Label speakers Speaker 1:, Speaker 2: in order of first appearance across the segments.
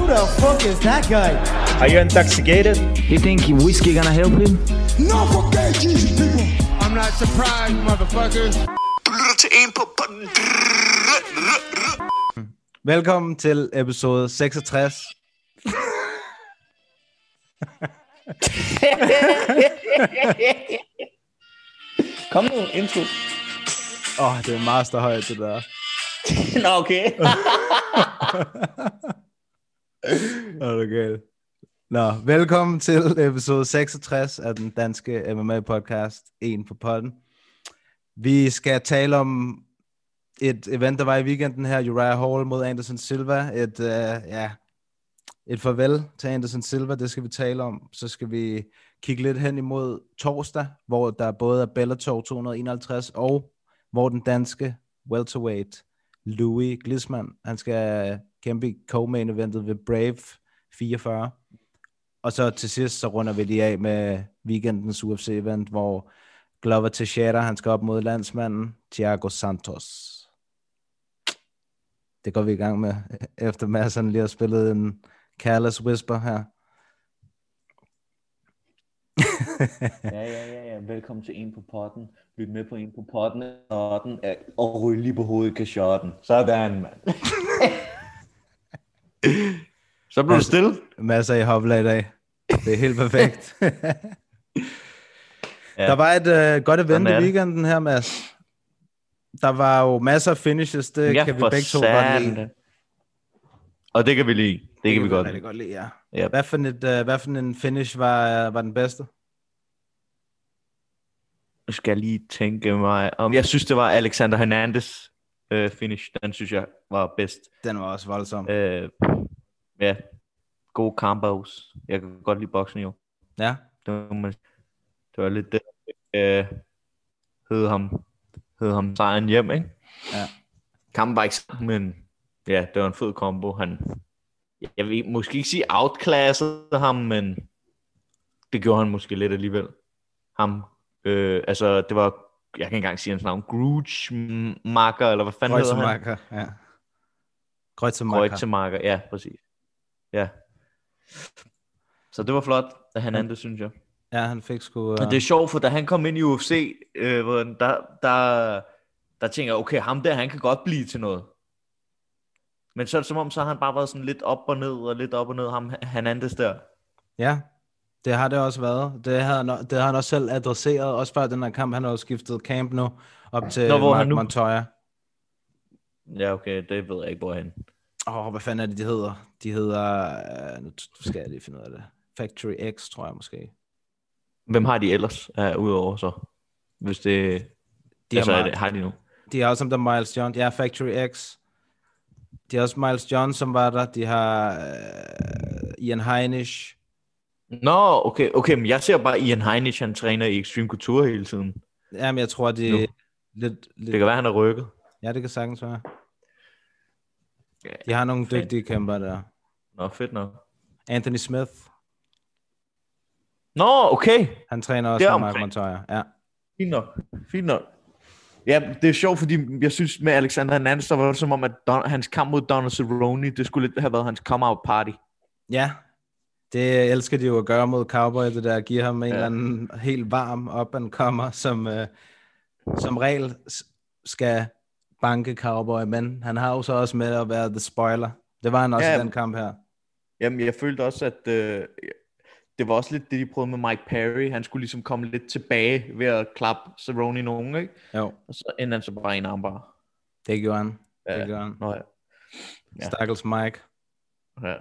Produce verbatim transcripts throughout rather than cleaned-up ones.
Speaker 1: the fuck is that guy?
Speaker 2: Are you intoxicated?
Speaker 3: You think whiskey gonna help him?
Speaker 1: No, forget Jesus, people.
Speaker 4: I'm not surprised, motherfuckers.
Speaker 5: Velkommen til episode seksogtres.
Speaker 2: Kom nu, intro.
Speaker 5: Åh, oh, det er masterhøjt, det der.
Speaker 2: Nå, okay.
Speaker 5: Åh, det er galt. Nå, velkommen til episode seksogtres af den danske M M A-podcast, En på podden. Vi skal tale om et event, der var i weekenden her, Uriah Hall mod Anderson Silva. Et, uh, ja, et farvel til Anderson Silva, det skal vi tale om. Så skal vi kigge lidt hen imod torsdag, hvor der både er Bellator to hundrede og enoghalvtreds, og hvor den danske welterweight Louis Glidsmann, han skal kæmpe i co-main eventet ved Brave fireogfyrre. Og så til sidst, så runder vi lige af med weekendens U F C-event, hvor Glover Teixeira, han skal op mod landsmanden Thiago Santos. Det går vi i gang med, efter Madsen lige har spillet en Careless Whisper her.
Speaker 2: ja, ja, ja, ja. Velkommen til En på podden. Lyt med på En på podden, og den er og ryge lige på hovedet kan shotten. Sådan, mand. Så blev du stille.
Speaker 5: Masser i hopla i dag. Det er helt perfekt. ja. Der var et uh, godt event i weekenden her, Mads. Der var jo masser af finishes, det ja, kan vi begge to godt lide.
Speaker 2: Og det kan vi lide. Det, det kan vi godt
Speaker 5: lide. godt lide, ja.
Speaker 2: Yep.
Speaker 5: Hvad, for et, uh, hvad for en finish var, uh, var den bedste?
Speaker 2: Jeg skal lige tænke mig om. Jeg synes, det var Alexander Hernandez uh, finish. Den synes jeg var bedst.
Speaker 5: Den var også voldsom.
Speaker 2: Uh, ja, gode combos. Jeg kan godt lide boksen jo.
Speaker 5: Ja.
Speaker 2: Det var, det var lidt det. Uh, hed ham hed ham sejren hjem, ikke?
Speaker 5: Ja.
Speaker 2: Kampen var ikke sammen, men ja, det var en fed combo. Han, jeg vil måske ikke sige outclassede ham, men det gjorde han måske lidt alligevel. Ham, øh, altså det var, jeg kan ikke engang sige hans navn, Grudge-marker, eller hvad fanden hedder han?
Speaker 5: Grudge-marker, ja. Grudge-marker.
Speaker 2: Grudge-marker, ja, præcis. Ja. Så det var flot, da han endte, synes jeg.
Speaker 5: Ja, han fik sgu... Uh...
Speaker 2: Det er sjovt, for da han kom ind i U F C, øh, der, der, der tænker jeg, okay, ham der, han kan godt blive til noget. Men så er det som om, så har han bare været sådan lidt op og ned, og lidt op og ned, ham Hernandez der.
Speaker 5: Ja, det har det også været. Det har han, det har han også selv adresseret, også før den her kamp, han har jo skiftet camp nu, op til
Speaker 2: Nå,
Speaker 5: Mark Montoya.
Speaker 2: Ja, okay, det ved jeg ikke, hvor han.
Speaker 5: Åh, oh, hvad fanden er det, de hedder? De hedder, uh, nu skal jeg lige finde ud af det. Factory X, tror jeg måske.
Speaker 2: Hvem har de ellers, uh, udover så? Hvis det...
Speaker 5: De
Speaker 2: altså,
Speaker 5: har,
Speaker 2: det, har de nu?
Speaker 5: De har også som der Miles John. Ja, Factory X. De har også Miles John, som var der. De har uh, Ian Heinisch.
Speaker 2: Nå, okay, okay, men jeg ser bare Ian Heinisch, han træner i Extreme Couture hele tiden.
Speaker 5: Jamen, jeg tror, de er lidt, lidt...
Speaker 2: Det kan være, han er rykket.
Speaker 5: Ja, det kan sagtens være. De har nogle
Speaker 2: Fan.
Speaker 5: dygtige kæmper der.
Speaker 2: Nå, fedt nok.
Speaker 5: Anthony Smith.
Speaker 2: Nå, okay.
Speaker 5: Han træner også med Mark Montoya. Ja.
Speaker 2: Fint nok. Fint nok. Ja, det er sjovt, fordi jeg synes med Alexander Hernandez, der var det som om, at Don, hans kamp mod Donald Cerrone, det skulle lidt have været hans come-out party.
Speaker 5: Ja, det elsker de jo at gøre mod Cowboy, det der giver ham en ja. eller anden helt varm up-and-comer, som uh, som regel skal banke Cowboy, men han har jo så også med at være the spoiler. Det var han også ja, i den kamp her.
Speaker 2: Jamen, jeg følte også, at øh, det var også lidt det, de prøvede med Mike Perry. Han skulle ligesom komme lidt tilbage ved at klappe Cerrone i nogen, ikke?
Speaker 5: Jo.
Speaker 2: Og så endte han så bare en armbar.
Speaker 5: Det gjorde han.
Speaker 2: Ja.
Speaker 5: Det gjorde han.
Speaker 2: Nå, ja.
Speaker 5: Ja. Stakkels Mike.
Speaker 2: Ja.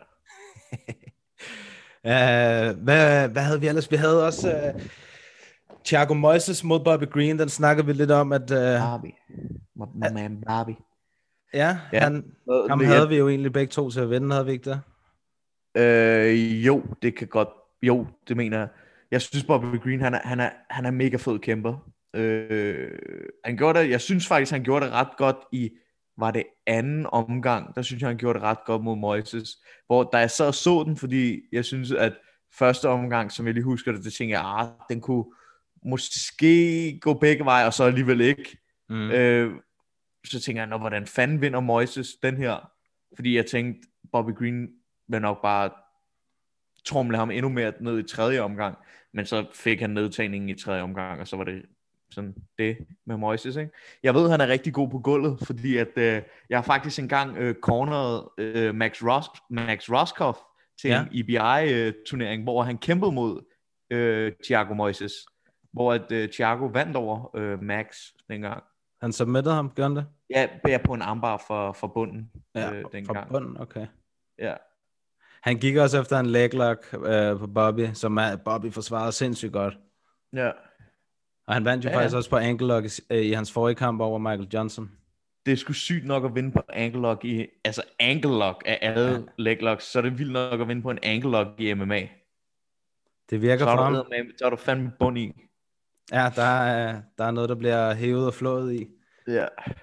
Speaker 5: uh, hvad, hvad havde vi ellers? Vi havde også uh, Thiago Moises mod Bobby Green. Den snakkede vi lidt om, at... Uh,
Speaker 2: Barbie. My, my man Barbie.
Speaker 5: Ja, ja. Han, ham havde vi jo egentlig begge to til at vinde, havde vi ikke det?
Speaker 2: Øh, jo, det kan godt. Jo, det mener jeg. Jeg synes Bobby Green, han er, han er, han er mega fed kæmper. Øh, han gjorde det, jeg synes faktisk, han gjorde det ret godt i, var det anden omgang, der synes jeg, han gjorde det ret godt mod Moises. Hvor da jeg sad og så den, fordi jeg synes, at første omgang, som jeg lige husker det, det tænkte jeg, ah, den kunne måske gå begge veje, og så alligevel ikke. Mm. Øh, så tænker jeg, nå, hvordan fanden vinder Moises den her? Fordi jeg tænkte, Bobby Green vil nok bare trumle ham endnu mere ned i tredje omgang, men så fik han nedtagningen i tredje omgang, og så var det sådan det med Moises, ikke? Jeg ved, han er rigtig god på gulvet, fordi at øh, jeg har faktisk engang øh, corneret øh, Max, Ros- Max Roskopf til ja. en E B I-turnering, hvor han kæmpede mod øh, Thiago Moises, hvor at øh, Thiago vandt over øh, Max dengang.
Speaker 5: Han submittede ham, gør han det?
Speaker 2: Ja, bærer på en armbar for, for bunden
Speaker 5: ja,
Speaker 2: øh, dengang.
Speaker 5: fra bunden, okay.
Speaker 2: Ja.
Speaker 5: Han gik også efter en leg lock øh, på Bobby, som er, Bobby forsvarede sindssygt godt.
Speaker 2: Ja.
Speaker 5: Og han vandt jo ja, faktisk ja. også på ankle lock i, i hans forrige kamp over Michael Johnson.
Speaker 2: Det er sgu sygt nok at vinde på ankle lock i, altså ankle lock af alle ja. leg locks, så er det vildt nok at vinde på en ankle lock i M M A.
Speaker 5: Det virker for ham.
Speaker 2: Med, så er du fandme bund i.
Speaker 5: Ja, der er, der er noget, der bliver hævet og flået i.
Speaker 2: Ja.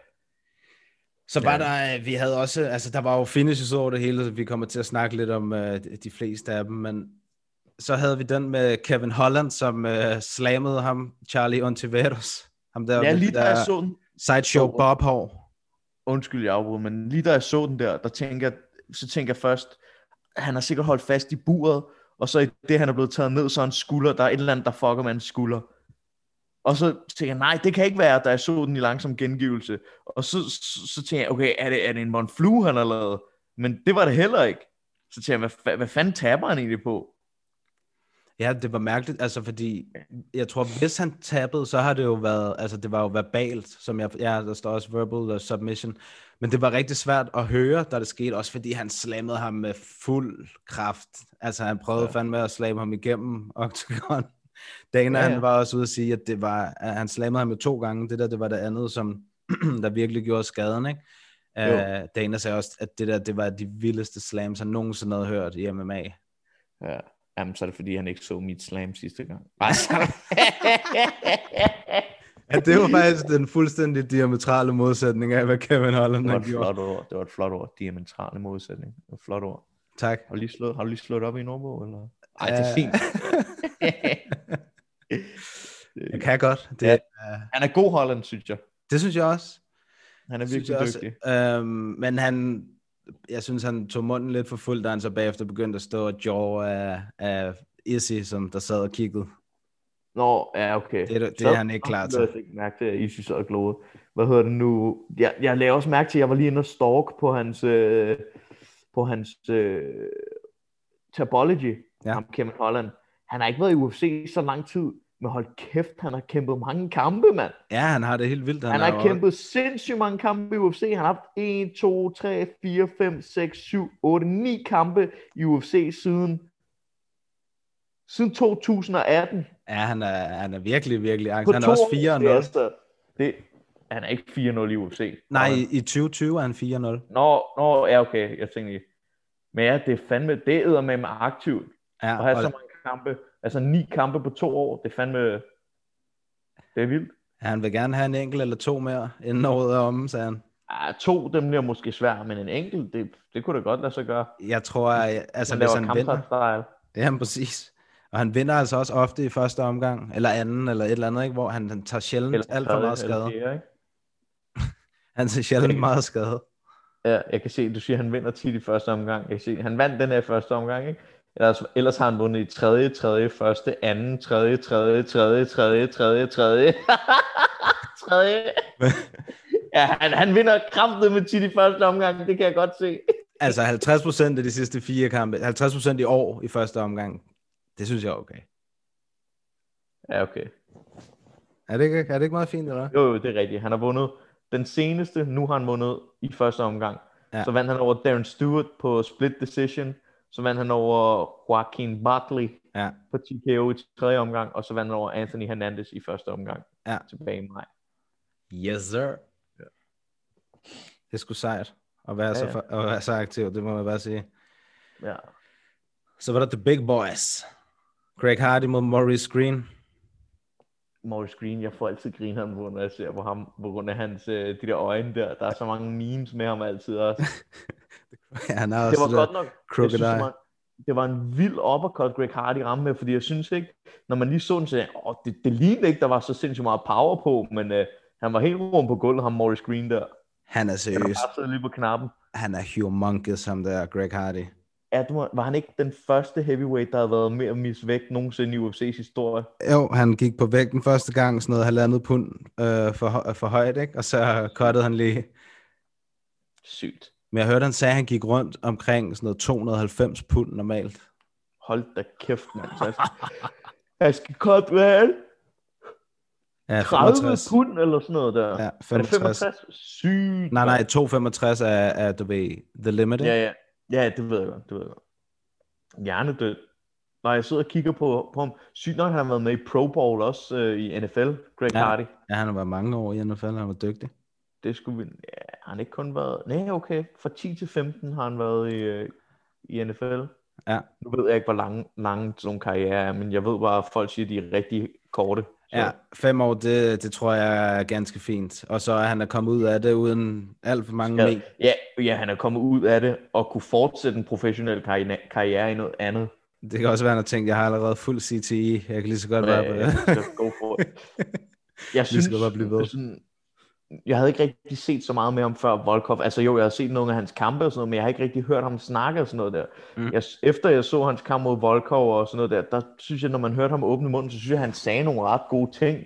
Speaker 5: Så var ja. der, vi havde også, altså der var jo finishes over det hele, så vi kommer til at snakke lidt om uh, de fleste af dem, men så havde vi den med Kevin Holland, som uh, slammede ham, Charlie Ontiveros. Ham der,
Speaker 2: ja, lige
Speaker 5: der,
Speaker 2: der jeg så den.
Speaker 5: Sideshow Bob Hår.
Speaker 2: Undskyld, jeg afbryder, men lige da jeg så den der, der tænker, så tænker jeg først, han har sikkert holdt fast i buret, og så i det, han er blevet taget ned, så en skulder, der er et eller andet, der fucker med en skulder. Og så tænker jeg, nej, det kan ikke være, da jeg så den i langsom gengivelse. Og så, så, så tænker jeg, okay, er det, er det en Von Flue, han har lavet? Men det var det heller ikke. Så tænker jeg, hvad, hvad fanden taber han egentlig på?
Speaker 5: Ja, det var mærkeligt, altså fordi, jeg tror, hvis han tabede, så har det jo været, altså det var jo verbalt, som jeg, ja, der står også verbal submission, men det var rigtig svært at høre, da det skete, også fordi han slammede ham med fuld kraft. Altså han prøvede ja. fandme at slamme ham igennem Octagon. Dana, ja, ja. han var også ude at sige, at det var, at han slammede ham med to gange. Det der, det var det andet, som der virkelig gjorde skaden, ikke? Uh, Dana sagde også, at det der, det var de vildeste slams, han nogensinde havde hørt i M M A.
Speaker 2: Ja, jamen, så er det fordi, han ikke så mit slam sidste gang.
Speaker 5: Ja, det var faktisk den fuldstændig diametrale modsætning af, hvad Kevin Holland
Speaker 2: har gjort. Ord. Det var et flot ord. Diametrale modsætning. Det var et flot ord.
Speaker 5: Tak.
Speaker 2: Har du lige slået, har du lige slået op i en ordbog, eller? Ej, det er fint.
Speaker 5: Jeg kan godt. Det,
Speaker 2: ja, han er god, Holland, synes jeg.
Speaker 5: Det synes jeg også.
Speaker 2: Han er virkelig dygtig.
Speaker 5: Også, øhm, men han, jeg synes, han tog munden lidt for fuld, da han så bagefter begyndte at stå og jaw af, af Izzy, som der sad og kiggede.
Speaker 2: Nå, ja, okay.
Speaker 5: Det, det, det er han ikke klar til.
Speaker 2: Jeg fik mærke til, at Izzy sad og glode. Hvad hedder det nu? Jeg, jeg lavede også mærke til, at jeg var lige inde og stalk på hans, øh, på hans øh, Tabology, ja. Ham Kevin Holland. Han har ikke været i U F C så lang tid, men hold kæft, han har kæmpet mange kampe, mand.
Speaker 5: Ja, han har det helt vildt.
Speaker 2: Han, han har kæmpet også sindssygt mange kampe i U F C. Han har haft en, to, tre, fire, fem, seks, syv, otte, ni kampe i U F C siden, siden to tusind og atten.
Speaker 5: Ja, han er, han er virkelig, virkelig angst.
Speaker 2: På
Speaker 5: Han er også fire nul.
Speaker 2: Altså, det, han er ikke fire nul i U F C.
Speaker 5: Nej, i, i tyve tyve er han fire nul.
Speaker 2: Nå, nå, ja, okay. Jeg tænker ikke. Men ja, det er fandme, det æder med mig aktivt.
Speaker 5: Ja,
Speaker 2: at have og så mange kampe. Altså ni kampe på to år. Det er fandme, det er vildt.
Speaker 5: Ja, han vil gerne have en enkelt eller to mere, inden året er omme, sagde han.
Speaker 2: Ja, to, dem bliver måske svært, men en enkelt, det, det kunne da godt lade sig gøre.
Speaker 5: Jeg tror, at, altså hvis han vinder. Ja, præcis. Og han vinder altså også ofte i første omgang, eller anden, eller et eller andet, ikke? Hvor han, han tager sjældent eller alt for meget skade. Fjerde, han tager sjældent kan... meget skade.
Speaker 2: Ja, jeg kan se, du siger, at han vinder tit i første omgang. Jeg kan se, han vandt den her første omgang, ikke? Ellers, ellers har han vundet i tredje, tredje, første, anden, tredje, tredje, tredje, tredje, tredje, tredje. tredje. Ja, han, han vinder kraftet med tit i første omgang, det kan jeg godt se.
Speaker 5: Altså halvtreds procent af de sidste fire kampe, halvtreds procent i år i første omgang. Det synes jeg er okay.
Speaker 2: Ja, okay.
Speaker 5: Er det ikke, er det ikke meget fint, eller?
Speaker 2: Jo, jo, det er rigtigt. Han har vundet den seneste, nu har han vundet i første omgang. Ja. Så vandt han over Darren Stewart på split decision. Så vandt han over Joaquin Buckley
Speaker 5: ja.
Speaker 2: på T K O i tredje omgang. Og så vandt han over Anthony Hernandez i første omgang.
Speaker 5: Ja.
Speaker 2: Tilbage i maj.
Speaker 5: Yes, sir. Ja. Det er sgu sejt at være, ja, ja. Så, at være så aktiv, det må man bare sige.
Speaker 2: Ja.
Speaker 5: Så var der The Big Boys. Greg Hardy mod Maurice Green.
Speaker 2: Maurice Green, jeg får altid griner, når jeg ser på ham, på grund af hans, de der øjne der. Der er så mange memes med ham altid også.
Speaker 5: Ja, han er også
Speaker 2: det var godt nok,
Speaker 5: synes,
Speaker 2: det, var, det var en vild uppercut, Greg Hardy ramte med, fordi jeg synes ikke, når man lige så den, så jeg, åh, det, det lignede ikke, der var så sindssygt meget power på, men uh, han var helt rum på gulvet, ham Maurice Green der.
Speaker 5: Han er seriøs.
Speaker 2: Han lige på knappen.
Speaker 5: Han er humongous, ham der, Greg Hardy.
Speaker 2: at, var han ikke den første heavyweight, der havde været med at misse vægt nogensinde i U F C's historie?
Speaker 5: Jo, han gik på vægten første gang, sådan noget halvandet pund øh, for, for højt, ikke? Og så cuttede han lige.
Speaker 2: Sygt.
Speaker 5: Men jeg hørte, han sagde, at han gik rundt omkring sådan noget to hundrede og halvfems pund normalt.
Speaker 2: Hold da kæft, mand. Jeg skal, jeg skal cutte, hvad?
Speaker 5: Ja,
Speaker 2: tredive
Speaker 5: femogtres
Speaker 2: pund eller sådan noget der.
Speaker 5: Ja,
Speaker 2: femogtres. Er det
Speaker 5: femogtres.
Speaker 2: femogtres? Sygt.
Speaker 5: Nej, nej, to komma femogtres er, er, du ved, the limit, ikke?
Speaker 2: Ja, ja. Ja, det ved jeg godt, det ved jeg godt. Hjernedød. Når jeg sidder og kigger på, på ham, sygt nok, han har været med i Pro Bowl også øh, i N F L, Greg
Speaker 5: Ja.
Speaker 2: Hardy.
Speaker 5: Ja, han har været mange år i N F L, han var dygtig.
Speaker 2: Det skulle vi... Ja, har han ikke kun været... Nej, okay. Fra ti til femten har han været i, øh, i N F L.
Speaker 5: Ja.
Speaker 2: Nu ved jeg ikke, hvor lange, lange sådan nogle karriere er, men jeg ved bare, at folk siger, at de er rigtig korte. Så.
Speaker 5: Ja, fem år, det, det tror jeg er ganske fint. Og så er han er kommet ud af det uden alt for mange
Speaker 2: Ja,
Speaker 5: med.
Speaker 2: ja, ja, han er kommet ud af det og kunne fortsætte en professionel karriere, karriere i noget andet.
Speaker 5: Det kan også være, at jeg tænkte, jeg har allerede fuld C T I. Jeg kan lige så godt
Speaker 2: Ja,
Speaker 5: være på
Speaker 2: ja,
Speaker 5: det.
Speaker 2: go for it. Jeg synes,
Speaker 5: skal bare blive ved.
Speaker 2: sådan, jeg havde ikke rigtig set så meget med ham før Volkov. Altså jo, jeg har set nogle af hans kampe og sådan noget, men jeg har ikke rigtig hørt ham snakke og sådan noget der.
Speaker 5: Mm.
Speaker 2: Jeg, efter jeg så hans kamp mod Volkov og sådan noget der, der synes jeg, når man hørte ham åbne munden, så synes jeg, han sagde nogle ret gode ting.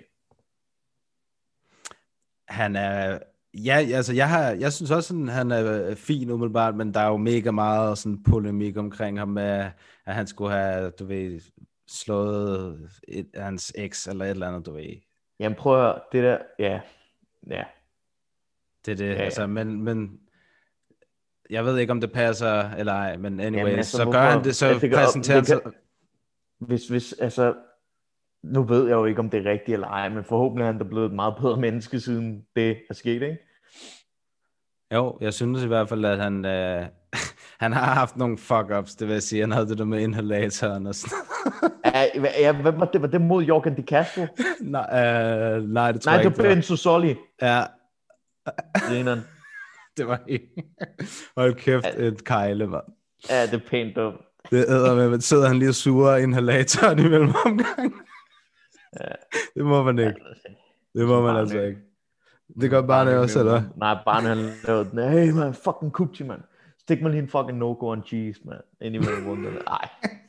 Speaker 5: Han er... Ja, altså jeg, har, jeg synes også, at han er fin umiddelbart, men der er jo mega meget sådan polemik omkring ham med, at han skulle have, du ved, slået et, hans eks eller et eller andet, du ved.
Speaker 2: Jamen prøv at høre, det der, ja, ja.
Speaker 5: Det er det,
Speaker 2: Ja,
Speaker 5: ja,
Speaker 2: ja.
Speaker 5: altså, men, men jeg ved ikke, om det passer eller ej, men anyway,
Speaker 2: Jamen, altså,
Speaker 5: så
Speaker 2: hvorfor-
Speaker 5: gør han det, så
Speaker 2: Altså, det kan-
Speaker 5: præsenterer han
Speaker 2: det
Speaker 5: sig.
Speaker 2: kan- Hvis, hvis, altså, nu ved jeg jo ikke, om det er rigtigt eller ej, men forhåbentlig er han da blevet et meget bedre menneske, siden det er sket, ikke?
Speaker 5: Jo, jeg synes i hvert fald, at han, øh, han har haft nogle fuck-ups, det vil jeg sige. Han havde det der med inhalatoren og sådan.
Speaker 2: Ja, ja, hvad var det? Var det mod Jorgen De Castro?
Speaker 5: nej, øh, nej, det tror
Speaker 2: Nej,
Speaker 5: jeg
Speaker 2: det
Speaker 5: ikke,
Speaker 2: var Ben Sosoli.
Speaker 5: Ja,
Speaker 2: Grineren.
Speaker 5: det var ikke. Hold kæft, et kejle, mand.
Speaker 2: Ja, det er pænt dumt.
Speaker 5: Det æder med, men sidder han lige og suger inhalatoren imellem omgang.
Speaker 2: Ja.
Speaker 5: Det må man ikke. Det må man
Speaker 2: Barnø.
Speaker 5: altså ikke. Det gør Barnø også, eller?
Speaker 2: Nej, Barnø han lavede den. Hey man, fucking kupti, man. Stik mig lige en fucking no-go on cheese, man. Ind imellem runderne. Ej.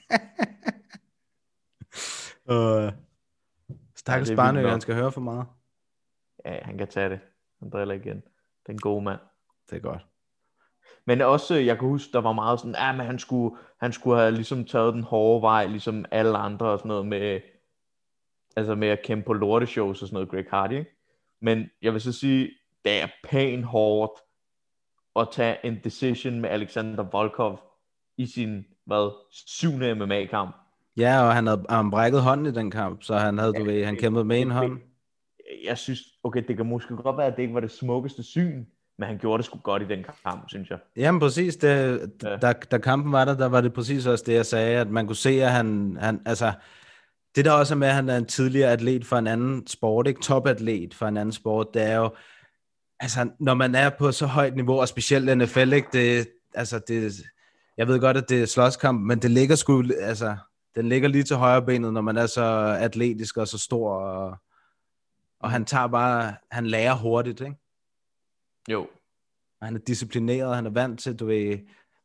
Speaker 5: Uh, Stakkels
Speaker 2: Ja, det er
Speaker 5: Barnø,
Speaker 2: vildt nok.
Speaker 5: han skal høre for meget.
Speaker 2: Ja, han kan tage det. Han driller igen. Den gode mand.
Speaker 5: Det er godt.
Speaker 2: Men også, jeg kan huske, der var meget sådan, ja, men han skulle, han skulle have ligesom taget den hårde vej, ligesom alle andre og sådan noget med, altså med at kæmpe på lorteshows og sådan noget, Greg Hardy, ikke? Men jeg vil så sige, det er pænt hårdt at tage en decision med Alexander Volkov i sin, hvad, syvende M M A-kamp.
Speaker 5: Ja, og han havde han brækket hånden i den kamp, så han havde, du ved, han kæmpede med en hånd.
Speaker 2: Jeg synes, okay, det kan måske godt være, at det ikke var det smukkeste syn, men han gjorde det sgu godt i den kamp, synes jeg.
Speaker 5: Jamen præcis, det,
Speaker 2: Ja.
Speaker 5: da, da kampen var der, der var det præcis også det, jeg sagde, at man kunne se, at han, han altså, det der også er med, at han er en tidligere atlet for en anden sport, ikke topatlet for en anden sport, det er jo, altså, når man er på så højt niveau, og specielt N F L, ikke, det, altså, det, jeg ved godt, at det er slåskamp, men det ligger sgu, altså, den ligger lige til højre benet, når man er så atletisk og så stor, og, og han tager bare, han lærer hurtigt, ikke?
Speaker 2: Jo.
Speaker 5: Og han er disciplineret, han er vant til, du ved,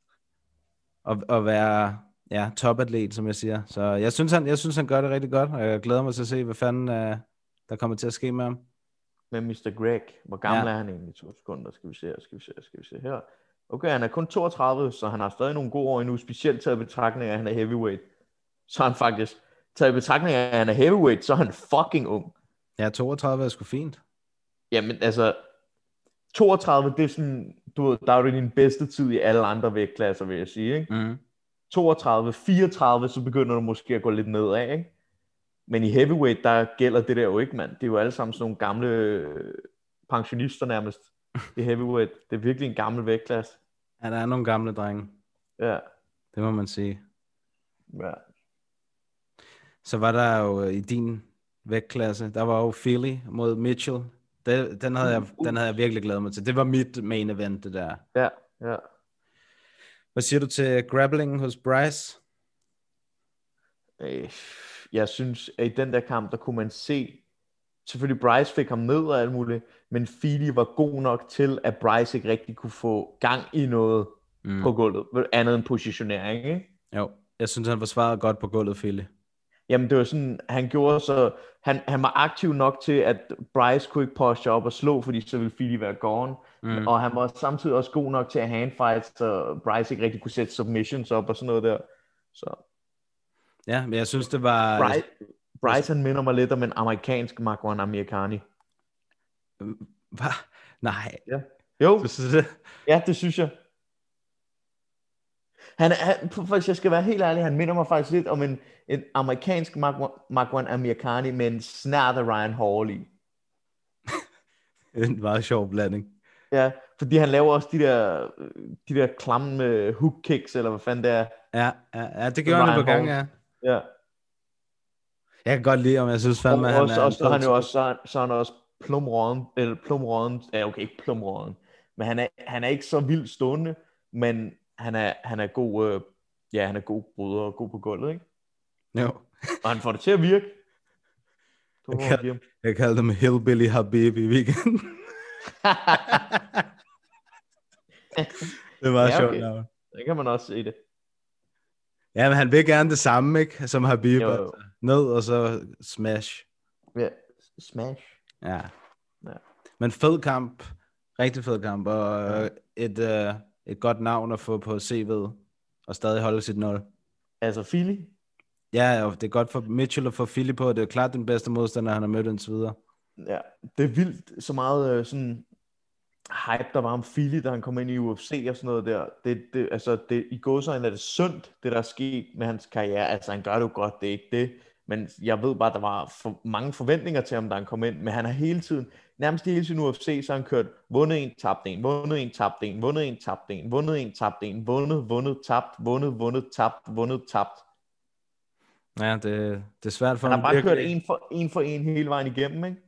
Speaker 5: at, at være ja, topatlet, som jeg siger. Så jeg synes, han, jeg synes, han gør det rigtig godt, og jeg glæder mig til at se, hvad fanden uh, der kommer til at ske med ham.
Speaker 2: Med mister Greg. Hvor gammel
Speaker 5: Ja.
Speaker 2: er han egentlig? To sekunder. Skal vi se her, skal vi se her, skal vi se her. Okay, han er kun toogtredive, så han har stadig nogle gode år endnu, specielt taget i betragtning af, at han er heavyweight. Så er han faktisk, taget i betragtning af, at han er heavyweight, så er han fucking ung.
Speaker 5: Ja, toogtredive er sgu fint.
Speaker 2: Jamen altså, toogtredive, det er sådan, du ved, der er jo din bedste tid i alle andre vægtklasser, vil jeg sige, ikke?
Speaker 5: Mm.
Speaker 2: toogtredive, fireogtredive, så begynder du måske at gå lidt nedad, ikke? Men i heavyweight, der gælder det der jo ikke, mand. Det er jo alle sammen sådan nogle gamle øh, pensionister nærmest i heavyweight. Det er virkelig en gammel vægtklasse.
Speaker 5: Ja, der er nogle gamle drenge.
Speaker 2: Ja,
Speaker 5: Det må man sige.
Speaker 2: ja.
Speaker 5: Så var der jo øh, i din vægtklasse, der var jo Philly mod Mitchell. Det, den, havde jeg, den havde jeg virkelig glædet mig til. Det var mit main event, det der.
Speaker 2: Ja, ja.
Speaker 5: Hvad siger du til grappling hos Bryce?
Speaker 2: Øh, Jeg synes, at i den der kamp, der kunne man se, selvfølgelig Bryce fik ham ned og alt muligt, men Fili var god nok til, at Bryce ikke rigtig kunne få gang i noget. mm. på gulvet, andet end positionering, ikke?
Speaker 5: Jo, jeg synes, han forsvarede godt på gulvet, Philly.
Speaker 2: Jamen, det var sådan, han gjorde så, han, han var aktiv nok til, at Bryce kunne ikke poste op og slå, fordi så ville Philly være gone, mm. og han var samtidig også god nok til at handfight, så Bryce ikke rigtig kunne sætte submissions op og sådan noget der, så...
Speaker 5: Ja, men jeg synes, det var...
Speaker 2: Bryce, Bryce han minder mig lidt om en amerikansk Makwan Amirkhani.
Speaker 5: Hvad? Nej.
Speaker 2: Ja. Jo,
Speaker 5: du synes det?
Speaker 2: Ja, det synes jeg. Han, han, hvis jeg skal være helt ærlig, han minder mig faktisk lidt om en, en amerikansk Makwan Amirkhani med en snert af Ryan Hall i.
Speaker 5: En meget sjov blanding.
Speaker 2: Ja, fordi han laver også de der, de der klamme hook kicks, eller hvad fanden det er.
Speaker 5: Ja, ja, ja det gør han på gang, ja.
Speaker 2: Ja.
Speaker 5: Jeg kan godt lide, om jeg synes fandme,
Speaker 2: og
Speaker 5: han
Speaker 2: også,
Speaker 5: er...
Speaker 2: Og så er han jo også, så, så er han også plumråden, eller plumråden, ja okay, ikke plumråden, men han er, han er ikke så vildt stående, men han er, han er god, øh, ja, han er god bryder og god på gulvet, ikke?
Speaker 5: Jo.
Speaker 2: Og han får det til at virke.
Speaker 5: Jeg, kald, jeg kalder dem Hillbilly Habib i weekenden. Det var
Speaker 2: ja,
Speaker 5: sjovt.
Speaker 2: Okay. Det kan man også se det.
Speaker 5: Ja, men han vil gerne det samme, ikke? Som Habib.
Speaker 2: Jo, jo.
Speaker 5: Altså. Ned og så smash.
Speaker 2: Ja, smash.
Speaker 5: Ja.
Speaker 2: Ja.
Speaker 5: Men fed kamp. Rigtig fed kamp. Og ja. et, uh, et godt navn at få på C V'et. Og stadig holde sit nul.
Speaker 2: Altså Philly?
Speaker 5: Ja, og det er godt for Mitchell at få Philly på. Det er klart den bedste modstander, han har mødt indtil videre.
Speaker 2: Ja, det er vildt så meget øh, sådan hype, der var om Philly, da han kom ind i U F C og sådan noget der. Det, det, altså, det, i gåseøjne er det synd, det der er sket med hans karriere. Altså, han gør det jo godt, det er ikke det. Men jeg ved bare, der var for mange forventninger til ham, da han kom ind. Men han har hele tiden, nærmest hele tiden U F C, så har han kørt vundet en, tabt en, vundet en, tabt en, vundet en, tabt en, vundet en, tabt en, vundet, vundet, tabt, vundet, vundet, tabt, vundet, tabt.
Speaker 5: Ja, det, det er svært for
Speaker 2: han
Speaker 5: ham.
Speaker 2: Han har bare kørt en for, en for en hele vejen igennem, ikke?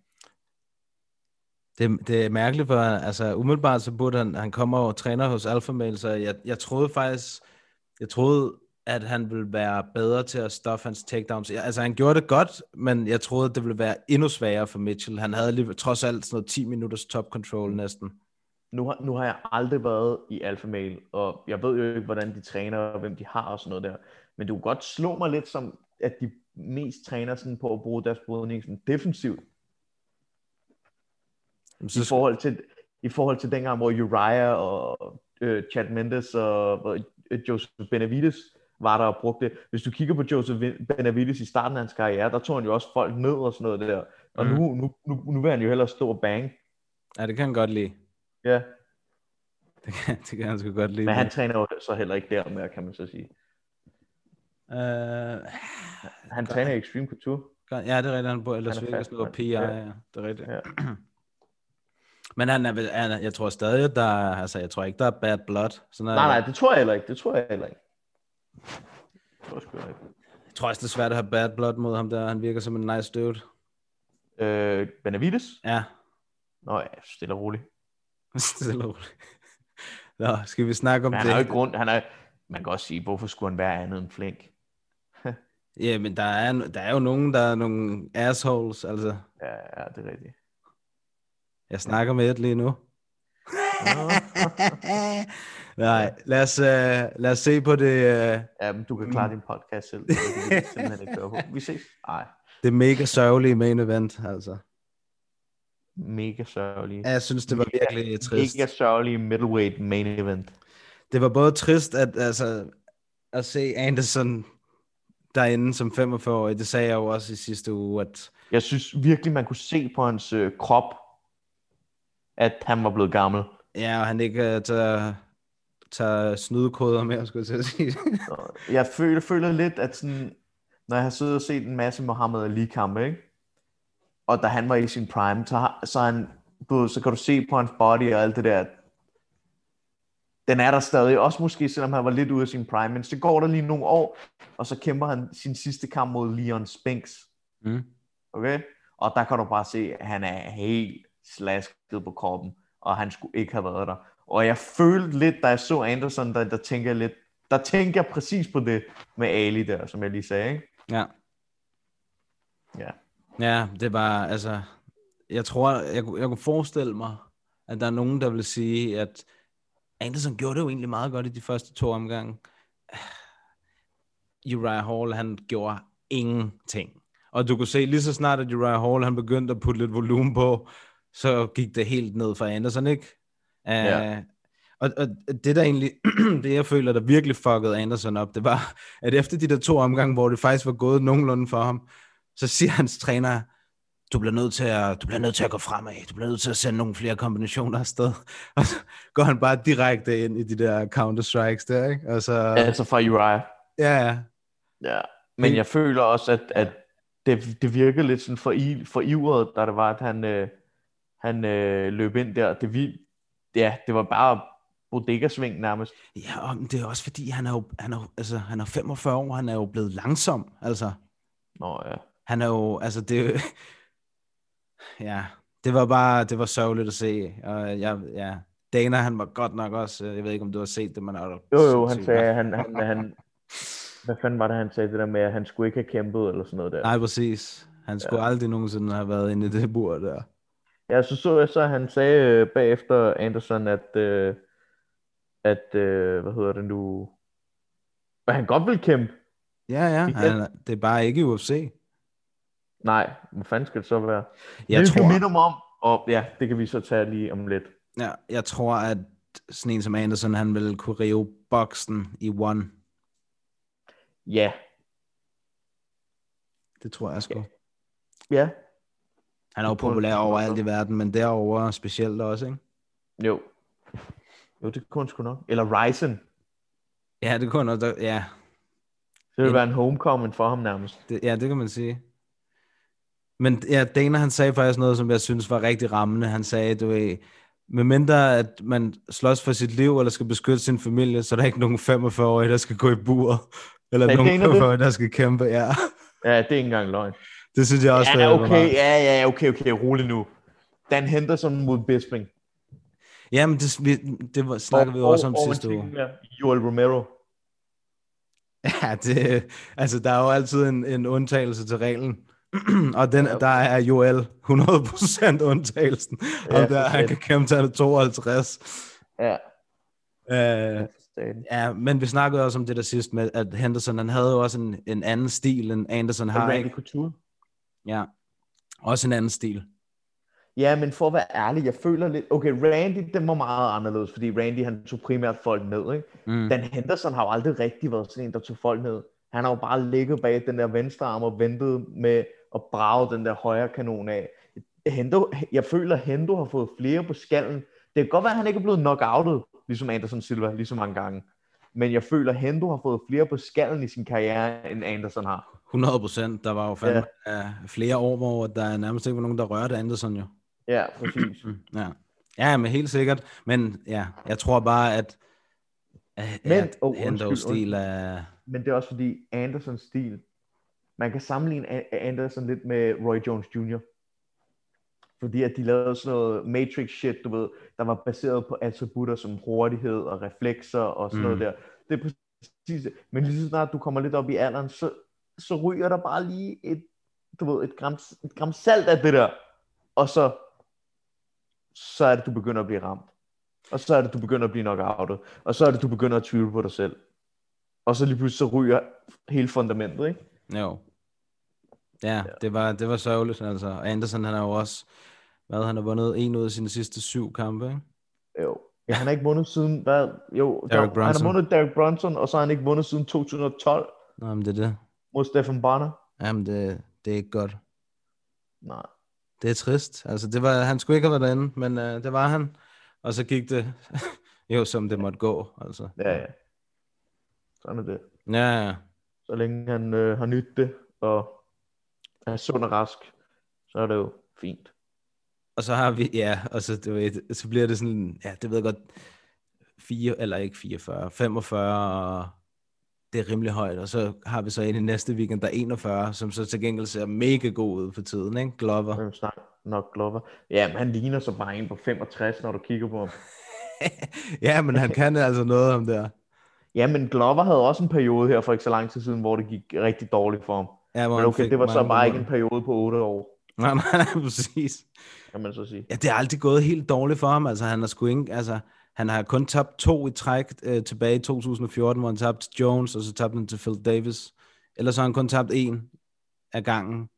Speaker 5: Det, det er mærkeligt, for altså umiddelbart så burde han, han kommer og træner hos Alpha Male, så jeg, jeg troede faktisk, jeg troede, at han ville være bedre til at stoffe hans takedowns. Altså han gjorde det godt, men jeg troede, det ville være endnu sværere for Mitchell. Han havde lige, trods alt sådan noget ti minutters top control næsten.
Speaker 2: Nu har, nu har jeg aldrig været i Alpha Male, og jeg ved jo ikke, hvordan de træner, og hvem de har og sådan noget der. Men du kan godt slå mig lidt som, at de mest træner sådan på at bruge deres brydning som defensivt. I forhold til, i forhold til dengang, hvor Uriah og øh, Chad Mendes og øh, Joseph Benavidez var der og brugte det. Hvis du kigger på Joseph Benavidez i starten af hans karriere, der tog han jo også folk ned og sådan noget der. Og mm. nu, nu, nu, nu vil han jo hellere stå og bang.
Speaker 5: Ja, det kan han godt lide.
Speaker 2: Ja.
Speaker 5: Det kan, det kan han sgu godt lide.
Speaker 2: Men han træner jo så heller ikke der mere, kan man så sige.
Speaker 5: Uh,
Speaker 2: han træner i Extreme Couture.
Speaker 5: Ja, det er rigtigt, han bor i Las Vegas nu, og P I, ja. Ja, det er rigtigt. Ja. Men han er, han er, jeg tror stadig, der er, altså jeg tror ikke, der er bad blood. Sådan
Speaker 2: nej, nej, det tror jeg heller ikke, det tror jeg heller ikke. Det tror jeg sgu ikke.
Speaker 5: Jeg tror også, det er svært at have bad blood mod ham der, han virker som en nice dude.
Speaker 2: Øh, Benavidez?
Speaker 5: Ja.
Speaker 2: Nå ja, stille og roligt.
Speaker 5: Stille og roligt. Nå, skal vi snakke om
Speaker 2: men
Speaker 5: det?
Speaker 2: Han er jo ikke grund, han er, man kan også sige, hvorfor skulle han være andet end flink?
Speaker 5: Ja, men der er, der er jo nogen, der er nogle assholes, altså.
Speaker 2: Ja, ja, det er rigtigt.
Speaker 5: Jeg snakker med et lige nu. Nej, lad os, uh, lad os se på det. Uh...
Speaker 2: Ja, men du kan klare din podcast selv. Det kan vi simpelthen ikke gøre på. Vi ses. Ej.
Speaker 5: Det mega sørgelige main event, altså.
Speaker 2: Mega sørgelige.
Speaker 5: Ja, jeg synes, det var mega, virkelig trist.
Speaker 2: Mega sørgelige middleweight main event.
Speaker 5: Det var både trist at, altså, at se Anderson derinde som femogfyrre-årig. Det sagde jeg jo også i sidste uge. At...
Speaker 2: Jeg synes virkelig, man kunne se på hans øh, krop, at han var blevet gammel.
Speaker 5: Ja, og han ikke uh, tager, tager snydekoder med, skulle jeg til at sige.
Speaker 2: Jeg føler, føler lidt, at sådan, når jeg har siddet og set en masse Muhammad Ali-kampe, ikke? Og da han var i sin prime, så, har, så, han, du, så kan du se på hans body og alt det der. Den er der stadig, også måske selvom han var lidt ude af sin prime, men så går der lige nogle år, og så kæmper han sin sidste kamp mod Leon Spinks.
Speaker 5: Mm.
Speaker 2: Okay? Og der kan du bare se, at han er helt slasket på kroppen, og han skulle ikke have været der. Og jeg følte lidt, da jeg så Anderson, der, der tænker jeg lidt, der tænker jeg præcis på det med Ali der, som jeg lige sagde, ikke?
Speaker 5: Ja.
Speaker 2: Ja.
Speaker 5: Ja, det var, altså, jeg tror, jeg, jeg kunne forestille mig, at der er nogen, der vil sige, at Anderson gjorde det jo egentlig meget godt i de første to omgange. Uriah Hall, han gjorde ingenting. Og du kunne se, lige så snart, at Uriah Hall, han begyndte at putte lidt volumen på, så gik det helt ned for Anderson, ikke? Uh, ja. og, og det der egentlig, det jeg føler, der virkelig fuckede Anderson op, det var, at efter de der to omgange, hvor det faktisk var gået nogenlunde for ham, så siger hans træner, du bliver nødt til at, du bliver nødt til at gå fremad, du bliver nødt til at sende nogle flere kombinationer afsted. Og så går han bare direkte ind i de der counter-strikes der, ikke? Og så,
Speaker 2: altså fra Uriah.
Speaker 5: Ja, ja.
Speaker 2: Ja, men jeg føler også, at, at det, det virkede lidt sådan for, i, for ivret, da det var, at han, øh, han øh, løb ind der. Det, vi, ja, det var bare bodega-sving nærmest.
Speaker 5: Ja, og det er også fordi, han er jo, han er, altså, han er femogfyrre år, han er jo blevet langsom, altså.
Speaker 2: Nå ja.
Speaker 5: Han er jo, altså det ja, det var bare, det var sørgeligt at se, og jeg, ja, Dana, han var godt nok også, jeg ved ikke, om du har set det, men er jo...
Speaker 2: Jo, jo, han sagde, han, han, han, hvad fanden var det, han sagde det der med, at han skulle ikke have kæmpet, eller sådan noget der.
Speaker 5: Nej, præcis. Han skulle ja. aldrig nogensinde have været inde i det bur der.
Speaker 2: Ja, så så jeg så, han sagde bagefter Anderson, at, øh, at øh, hvad hedder det nu, at han godt vil kæmpe.
Speaker 5: Ja, ja, han, det er bare ikke i U F C.
Speaker 2: Nej, hvad fanden skal det så være?
Speaker 5: Jeg
Speaker 2: det
Speaker 5: tror...
Speaker 2: minder mig om, og ja, det kan vi så tage lige om lidt.
Speaker 5: Ja, jeg tror, at sådan en som Anderson, han vil kunne rive boksen i one.
Speaker 2: Ja.
Speaker 5: Det tror jeg sgu.
Speaker 2: Ja.
Speaker 5: Han er jo populær overalt i verden, men derovre specielt også, ikke?
Speaker 2: Jo. Jo, det kunne han sgu nok. Eller Ryzen.
Speaker 5: Ja, det kunne han også, ja.
Speaker 2: Det vil være en homecoming for ham nærmest.
Speaker 5: Det, ja, det kan man sige. Men ja, Dana, han sagde faktisk noget, som jeg synes var rigtig rammende. Han sagde, du ved, medmindre at man slås for sit liv, eller skal beskytte sin familie, så er der ikke nogen femogfyrre-årige, der skal gå i bur. Eller
Speaker 2: Nej,
Speaker 5: nogen femogfyrre-årige, der skal kæmpe, ja.
Speaker 2: Ja, det er ikke engang løgn.
Speaker 5: Det synes jeg også,
Speaker 2: ja,
Speaker 5: det er
Speaker 2: okay, ja, ja, okay, okay, rolig nu. Dan Henderson mod Bisping.
Speaker 5: Jamen, det, vi, det var, snakkede vi også om og, sidste uge.
Speaker 2: Joel Romero.
Speaker 5: Ja, det, altså der er jo altid en, en undtagelse til reglen. Og den, der er Joel hundrede procent undtagelsen. Ja, og der, han kan kæmpe til tooghalvtreds.
Speaker 2: Ja.
Speaker 5: Uh, ja, men vi snakkede også om det der sidst med, at Henderson, han havde jo også en, en anden stil, end Anderson har.
Speaker 2: Randy Couture.
Speaker 5: Ja, også en anden stil.
Speaker 2: Ja, men for at være ærlig, jeg føler lidt... Okay, Randy, den var meget anderledes, fordi Randy, han tog primært folk ned, ikke? Mm. Dan Henderson har jo aldrig rigtig været sådan en, der tog folk ned. Han har jo bare ligget bag den der venstre arm og ventet med at brage den der højre kanon af. Hendo, jeg føler, at Hendo har fået flere på skallen. Det kan godt være, at han ikke er blevet knockoutet, ligesom Anderson Silva, lige så mange gange. Men jeg føler, at Hendo har fået flere på skallen i sin karriere, end Anderson har.
Speaker 5: hundrede procent. Der var jo fandme ja. flere år, hvor der nærmest ikke var nogen, der rørte Anderson jo.
Speaker 2: Ja, præcis.
Speaker 5: ja. ja, men helt sikkert. Men ja, jeg tror bare, at, at,
Speaker 2: men,
Speaker 5: at
Speaker 2: oh,
Speaker 5: Hendos stil er...
Speaker 2: Men det er også fordi, Andersons stil, man kan sammenligne Anderson lidt med Roy Jones junior Fordi at de lavede sådan noget Matrix shit, du ved, der var baseret på attributter som hurtighed og reflekser og sådan mm. noget der. Det er præcis det. Men lige så snart du kommer lidt op i alderen, så, så ryger der bare lige et, du ved, et gram, et gram salt af det der. Og så, så er det, du begynder at blive ramt. Og så er det, du begynder at blive knockoutet. Og så er det, du begynder at tvivle på dig selv. Og så lige pludselig så ryger hele fundamentet, ikke?
Speaker 5: Jo. Ja, ja. Det var, det var sørgeligt, altså. Og Anderson, han har jo også, hvad, han har vundet en ud af sine sidste syv kampe, ikke?
Speaker 2: Jo. Ja, han har ikke vundet siden, hvad? Jo, der, han har vundet Derek Brunson, og så har han ikke vundet siden to tusind og tolv.
Speaker 5: Nå, men det er det.
Speaker 2: Mod Stephan Bonner.
Speaker 5: Jamen, det, det er ikke godt.
Speaker 2: Nej.
Speaker 5: Det er trist. Altså, det var, han skulle ikke have været derinde, men uh, det var han. Og så gik det jo, som det måtte gå, altså.
Speaker 2: Ja, ja. Sådan er det.
Speaker 5: Ja, ja.
Speaker 2: Så længe han øh, har nydt det, og er sund og rask, så er det jo fint.
Speaker 5: Og så har vi, ja, og så, du ved, så bliver det sådan, ja, det ved jeg godt, fire, eller ikke fireogfyrre, femogfyrre, og det er rimelig højt, og så har vi så en i næste weekend, der er enogfyrre, som så til gengæld ser mega god ud for tiden, ikke? Glover.
Speaker 2: Hvem snakker nok Glover? Ja, men han ligner så bare en på femogtres, når du kigger på ham.
Speaker 5: Ja, men han kan altså noget om det.
Speaker 2: Ja, men Glover havde også en periode her for ikke så lang tid siden, hvor det gik rigtig dårligt for ham.
Speaker 5: Ja,
Speaker 2: men okay, det var så bare ikke en periode på otte år.
Speaker 5: Nej, nej, nej, præcis.
Speaker 2: Kan man så sige.
Speaker 5: Ja, det er altid gået helt dårligt for ham. Altså, han har sgu ikke, altså, han har kun tabt to i træk øh, tilbage i to tusind og fjorten, hvor han tabte til Jones, og så tabte han til Phil Davis. Ellers har han kun tabt en af gangen.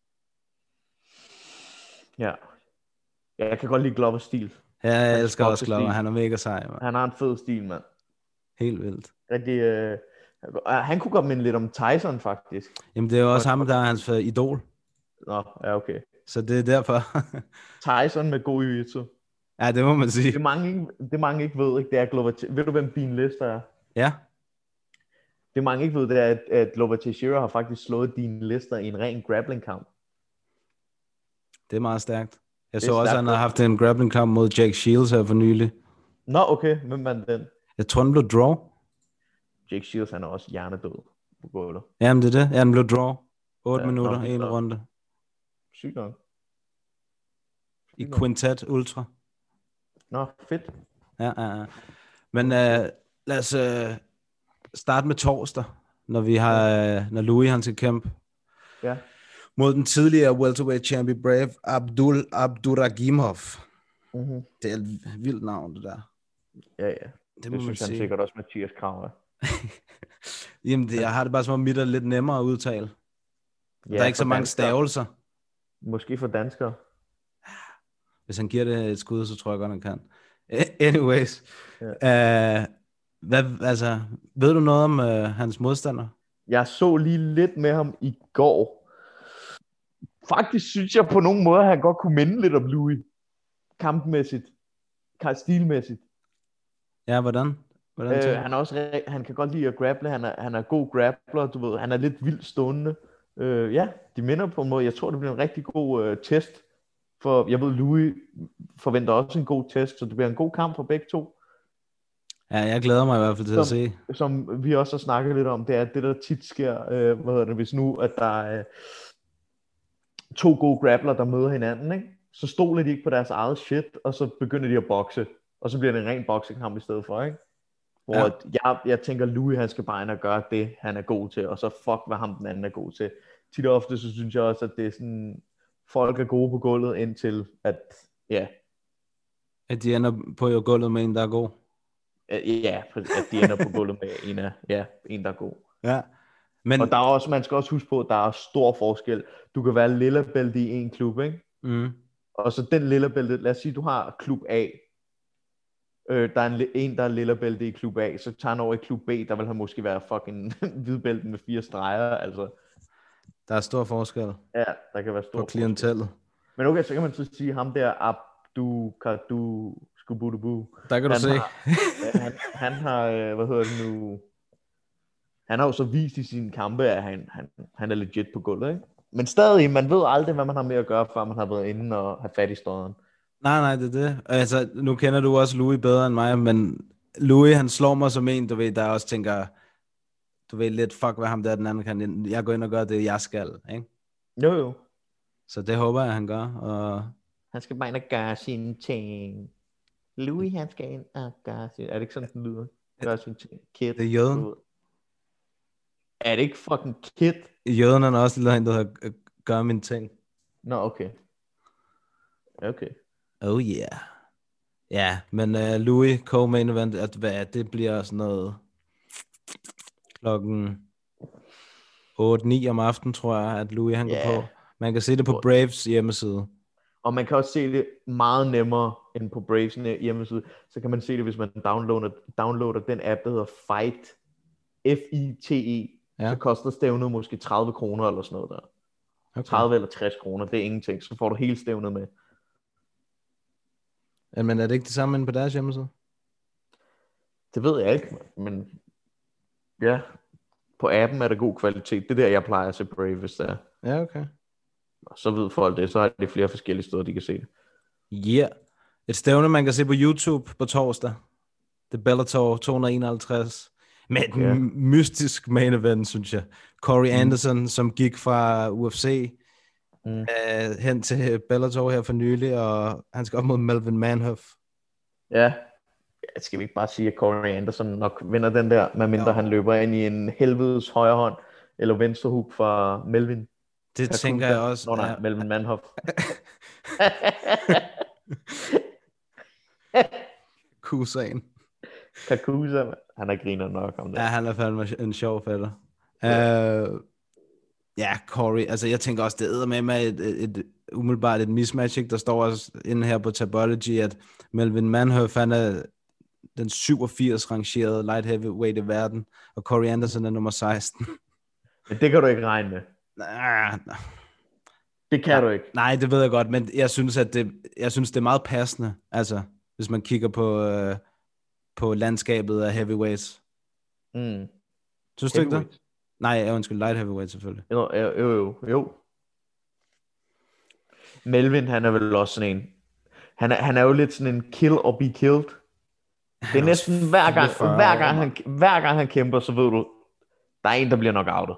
Speaker 2: Ja. Jeg kan godt lide Glovers stil.
Speaker 5: Ja, jeg
Speaker 2: Hans
Speaker 5: elsker også
Speaker 2: boksestil.
Speaker 5: Glover. Han er mega sej, man.
Speaker 2: Han har en fed stil, mand.
Speaker 5: Helt vildt.
Speaker 2: Rigtig, øh... Han kunne godt minde lidt om Tyson, faktisk.
Speaker 5: Jamen, det er jo også ham, der er hans øh, idol.
Speaker 2: Nå, ja, okay.
Speaker 5: Så det er derfor.
Speaker 2: Tyson med god jiu-jitsu.
Speaker 5: Ja, det må man sige.
Speaker 2: Det mange ikke, det mange ikke ved, ikke? Det er Glover. Ved du, hvem Dean Lister er?
Speaker 5: Ja.
Speaker 2: Det mange ikke ved, det er, at, at Glover Teixeira har faktisk slået Dean Lister i en ren grappling-kamp.
Speaker 5: Det er meget stærkt. Jeg
Speaker 2: Det
Speaker 5: så
Speaker 2: er
Speaker 5: også, at
Speaker 2: stærkt.
Speaker 5: han har haft en grappling-kamp mod Jake Shields her for nylig.
Speaker 2: Nå, okay. Hvem vandt den?
Speaker 5: Jeg tror, den blev draw.
Speaker 2: Jake Shields, han er også hjernedød på gulvet.
Speaker 5: Jamen, det er det. Ja, den blev draw. otte
Speaker 2: Ja,
Speaker 5: minutter,
Speaker 2: nå,
Speaker 5: en
Speaker 2: så-
Speaker 5: runde.
Speaker 2: Sygt nok.
Speaker 5: I Quintet Ultra.
Speaker 2: Nå, fedt.
Speaker 5: Ja, ja, ja. Men uh, lad os uh, starte med torsdag, når vi har, uh, når Louis han skal kæmpe
Speaker 2: Ja.
Speaker 5: mod den tidligere welterweight champion Brave Abdul Abduragimov.
Speaker 2: Mm-hmm.
Speaker 5: Det er et vildt navn, det der.
Speaker 2: Ja, ja.
Speaker 5: Det
Speaker 2: Det,
Speaker 5: må
Speaker 2: det
Speaker 5: man
Speaker 2: synes han
Speaker 5: sige.
Speaker 2: sikkert også Mathias Krav er.
Speaker 5: Jamen, det, jeg har det bare som om mit er lidt nemmere at udtale. Ja, der er ikke så
Speaker 2: for
Speaker 5: mange
Speaker 2: danskere.
Speaker 5: stavelser.
Speaker 2: Måske for danskere.
Speaker 5: Hvis han giver det et skud, så tror jeg godt, han kan. Anyways. Ja. Uh, hvad, altså, ved du noget om uh, hans modstander?
Speaker 2: Jeg så lige lidt med ham i går. Faktisk synes jeg på nogle måder, at han godt kunne minde lidt om Louis. Kampmæssigt. Stilmæssigt.
Speaker 5: Ja, hvordan? hvordan
Speaker 2: Øh,
Speaker 5: øh,
Speaker 2: han, er også, re- han kan godt lide at grapple. Han er, han er god grappler, du ved. Han er lidt vildt stående. Øh, ja, de minder på en måde. Jeg tror, det bliver en rigtig god øh, test. For jeg ved, Louis forventer også en god test, så det bliver en god kamp for begge to.
Speaker 5: Ja, jeg glæder mig i hvert fald til
Speaker 2: Som,
Speaker 5: at se.
Speaker 2: som vi også har snakket lidt om, det er, at det der tit sker, øh, hvad hedder det, hvis nu, at der er øh, to gode grappler, der møder hinanden, ikke? Så stoler de ikke på deres eget shit, og så begynder de at bokse. Og så bliver det en ren boksekamp i stedet for, ikke? Hvor
Speaker 5: Ja.
Speaker 2: ja. jeg, jeg tænker, Louis, han skal bare ind og gøre det, han er god til, og så fuck, hvad ham den anden er god til. Tit og ofte, så synes jeg også, at det er sådan, folk er gode på gulvet, indtil at, ja,
Speaker 5: At de ender på jo gulvet med en, der er god.
Speaker 2: øh, ja, at de ender på gulvet med en af, ja, en, der er god.
Speaker 5: Ja. Men,
Speaker 2: Og der er også, man skal også huske på, at der er stor forskel. Du kan være lille bælte i en klub, ikke?
Speaker 5: mm,
Speaker 2: Og så den lille bælte, lad os sige, du har klub A. Øh, der er en, en, der er lille bælte i klub A, så tager han over i klub B, der vil han måske være fucking hvidbælte med fire streger, altså.
Speaker 5: der er stor forskel
Speaker 2: Ja, der kan være stor
Speaker 5: på klientellet.
Speaker 2: forskel. Men okay, så kan man så sige, ham der Abdu Kadu Skubudubu.
Speaker 5: Der kan du
Speaker 2: Han
Speaker 5: se.
Speaker 2: har, ja, han, han har, øh, hvad hedder det nu, han har jo så vist i sine kampe, at han, han, han er legit på gulvet, ikke? Men stadig, man ved aldrig, hvad man har med at gøre, før man har været inde og have fat i støden.
Speaker 5: Nej, nej, det er det. Altså, nu kender du også Louis bedre end mig, men Louis, han slår mig som en, du ved, der også tænker, du ved lidt, fuck, hvad ham der den anden kan. Jeg går ind og gør det, jeg skal, ikke?
Speaker 2: Jo, jo.
Speaker 5: Så det håber jeg, han gør. Og
Speaker 2: Han skal bare ind og gøre sine ting. Louis, han skal ind og gøre sine... Er det ikke sådan, den lyder? Gøre sine ting. Kid.
Speaker 5: det er jøden.
Speaker 2: Er det ikke fucking kid?
Speaker 5: Jøden er også lidt en, der hedder, øh, gør min ting.
Speaker 2: Nå, okay. Okay.
Speaker 5: Oh yeah. Ja, men uh, Louis co-main event, at hvad, det bliver sådan noget klokken otte ni om aftenen, tror jeg, at Louis han
Speaker 2: Ja.
Speaker 5: går på. Man kan se det på Braves hjemmeside.
Speaker 2: Og man kan også se det meget nemmere end på Braves hjemmeside. Så kan man se det, hvis man downloader, downloader den app, der hedder Fight. F I T E.
Speaker 5: Ja.
Speaker 2: Så koster stævnet måske tredive kroner eller sådan noget der.
Speaker 5: Okay.
Speaker 2: tredive eller tres kroner, det er ingenting. Så får du hele stævnet med.
Speaker 5: Ja, men er det ikke det samme inde på deres hjemmeside?
Speaker 2: Det ved jeg ikke, men ja, på appen er der god kvalitet. Det er der, jeg plejer at se Brave, hvis det er.
Speaker 5: Ja, okay.
Speaker 2: Og så ved folk det, så er det flere forskellige steder, de kan se det.
Speaker 5: Ja. Yeah. Et stævne, man kan se på YouTube på torsdag. Det er Bellator to enoghalvtreds. Med et
Speaker 2: Ja.
Speaker 5: m- mystisk main event, synes jeg. Corey
Speaker 2: Mm.
Speaker 5: Anderson, som gik fra U F C
Speaker 2: Mm.
Speaker 5: øh, hen til Bellator her for nylig, og han skal op mod Melvin Manhoef.
Speaker 2: Ja, skal vi ikke bare sige, at Corey Anderson nok vinder den der, medmindre
Speaker 5: Jo.
Speaker 2: han løber ind i en helvedes højre hånd, eller venstre hook fra Melvin.
Speaker 5: Det
Speaker 2: Kakuta.
Speaker 5: tænker jeg også.
Speaker 2: Nå nej,
Speaker 5: er-
Speaker 2: Melvin Manhoef.
Speaker 5: Kusagen.
Speaker 2: Kakusa, man. Han er griner nok om det.
Speaker 5: Ja, han er fandme en sjov fætter.
Speaker 2: Ja.
Speaker 5: Uh, ja, Corey, altså jeg tænker også, det æder med mig et, et, et, umiddelbart et mismatch, ikke? Der står også inde her på Tabology, at Melvin Manhoef, han er den syvogfirs rangerede light heavyweight i verden, og Corey Anderson er nummer seksten.
Speaker 2: Men det kan du ikke regne med.
Speaker 5: Nej,
Speaker 2: Det kan
Speaker 5: nej,
Speaker 2: du ikke.
Speaker 5: nej, det ved jeg godt, men jeg synes, at det, jeg synes, det er meget passende, altså, hvis man kigger på, øh, på landskabet af heavyweights.
Speaker 2: Mm.
Speaker 5: Synes du ikke det? Nej, jeg undskyld, light heavyweight selvfølgelig.
Speaker 2: Jo, jo, jo, jo. Melvin, han er vel også sådan en. Han er, han er jo lidt sådan en kill or be killed. Det er næsten hver gang, hver gang, han, hver gang han kæmper, så ved du, der er en, der bliver knockoutet.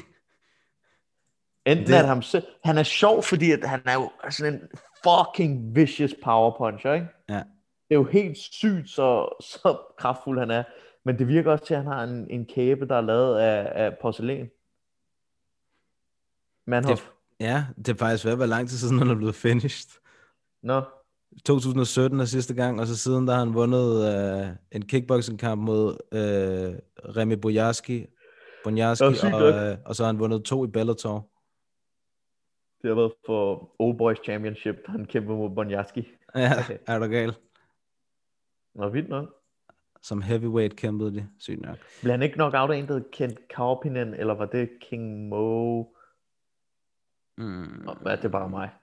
Speaker 2: Enten det... at han, han er sjov, fordi at han er jo sådan en fucking vicious power puncher, ikke?
Speaker 5: Ja.
Speaker 2: Det er jo helt sygt, så, så kraftfuld han er. Men det virker også til, at han har en, en kæbe, der er lavet af, af porcelæn. Manhoef.
Speaker 5: Det, ja, det er faktisk ved at være lang tid siden, han er blevet finished.
Speaker 2: Nå.
Speaker 5: to tusind og sytten er sidste gang, og så siden der har han vundet øh, en kickboxing-kamp mod øh, Remy Bojarski, Bonjarski, og, øh, og så har han vundet to i Bellator.
Speaker 2: Det har været for Old Boys Championship, da han kæmpede mod Bonjarski.
Speaker 5: Ja, okay. Er du gal?
Speaker 2: Nå, vildt nok.
Speaker 5: Som heavyweight kæmpede de, sygt nok.
Speaker 2: Blev han ikke nok af en, der hed Kent Kaupinen, eller var det King Mo?
Speaker 5: Mm.
Speaker 2: Nå, hvad er det bare mig?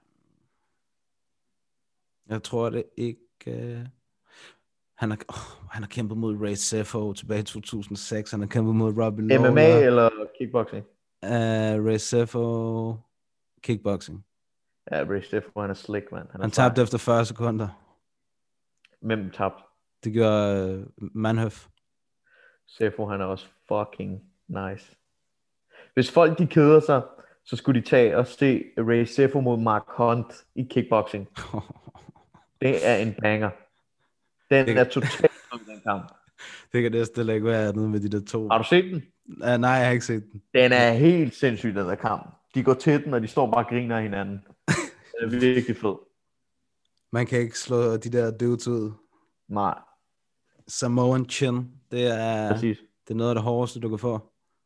Speaker 5: Jeg tror det ikke... Uh... Han, har, oh, han har kæmpet mod Ray Sefo tilbage i to tusind og seks. Han har kæmpet mod Robbie Lawler.
Speaker 2: M M A eller kickboxing?
Speaker 5: Uh, Ray Sefo... Kickboxing.
Speaker 2: Ja, Ray Sefo, han er slick, man. Han,
Speaker 5: han tabte efter fyrre sekunder.
Speaker 2: Hvem tabte?
Speaker 5: Det gjorde uh, Manhoef.
Speaker 2: Sefo, han er også fucking nice. Hvis folk de keder sig, så skulle de tage og se Ray Sefo mod Mark Hunt i kickboxing. Det er en banger. Den det er totalt om den kamp.
Speaker 5: Det kan næsten ikke være noget med de der to.
Speaker 2: Har du set den?
Speaker 5: Uh, nej, jeg har ikke set den.
Speaker 2: Den er helt sindssyg, den der kamp. De går til den, og de står bare og griner af hinanden. Den er virkelig fed.
Speaker 5: Man kan ikke slå de der dudes ud.
Speaker 2: Nej.
Speaker 5: Samoan chin, det er,
Speaker 2: Præcis.
Speaker 5: Det er noget af det hårdeste, du kan få.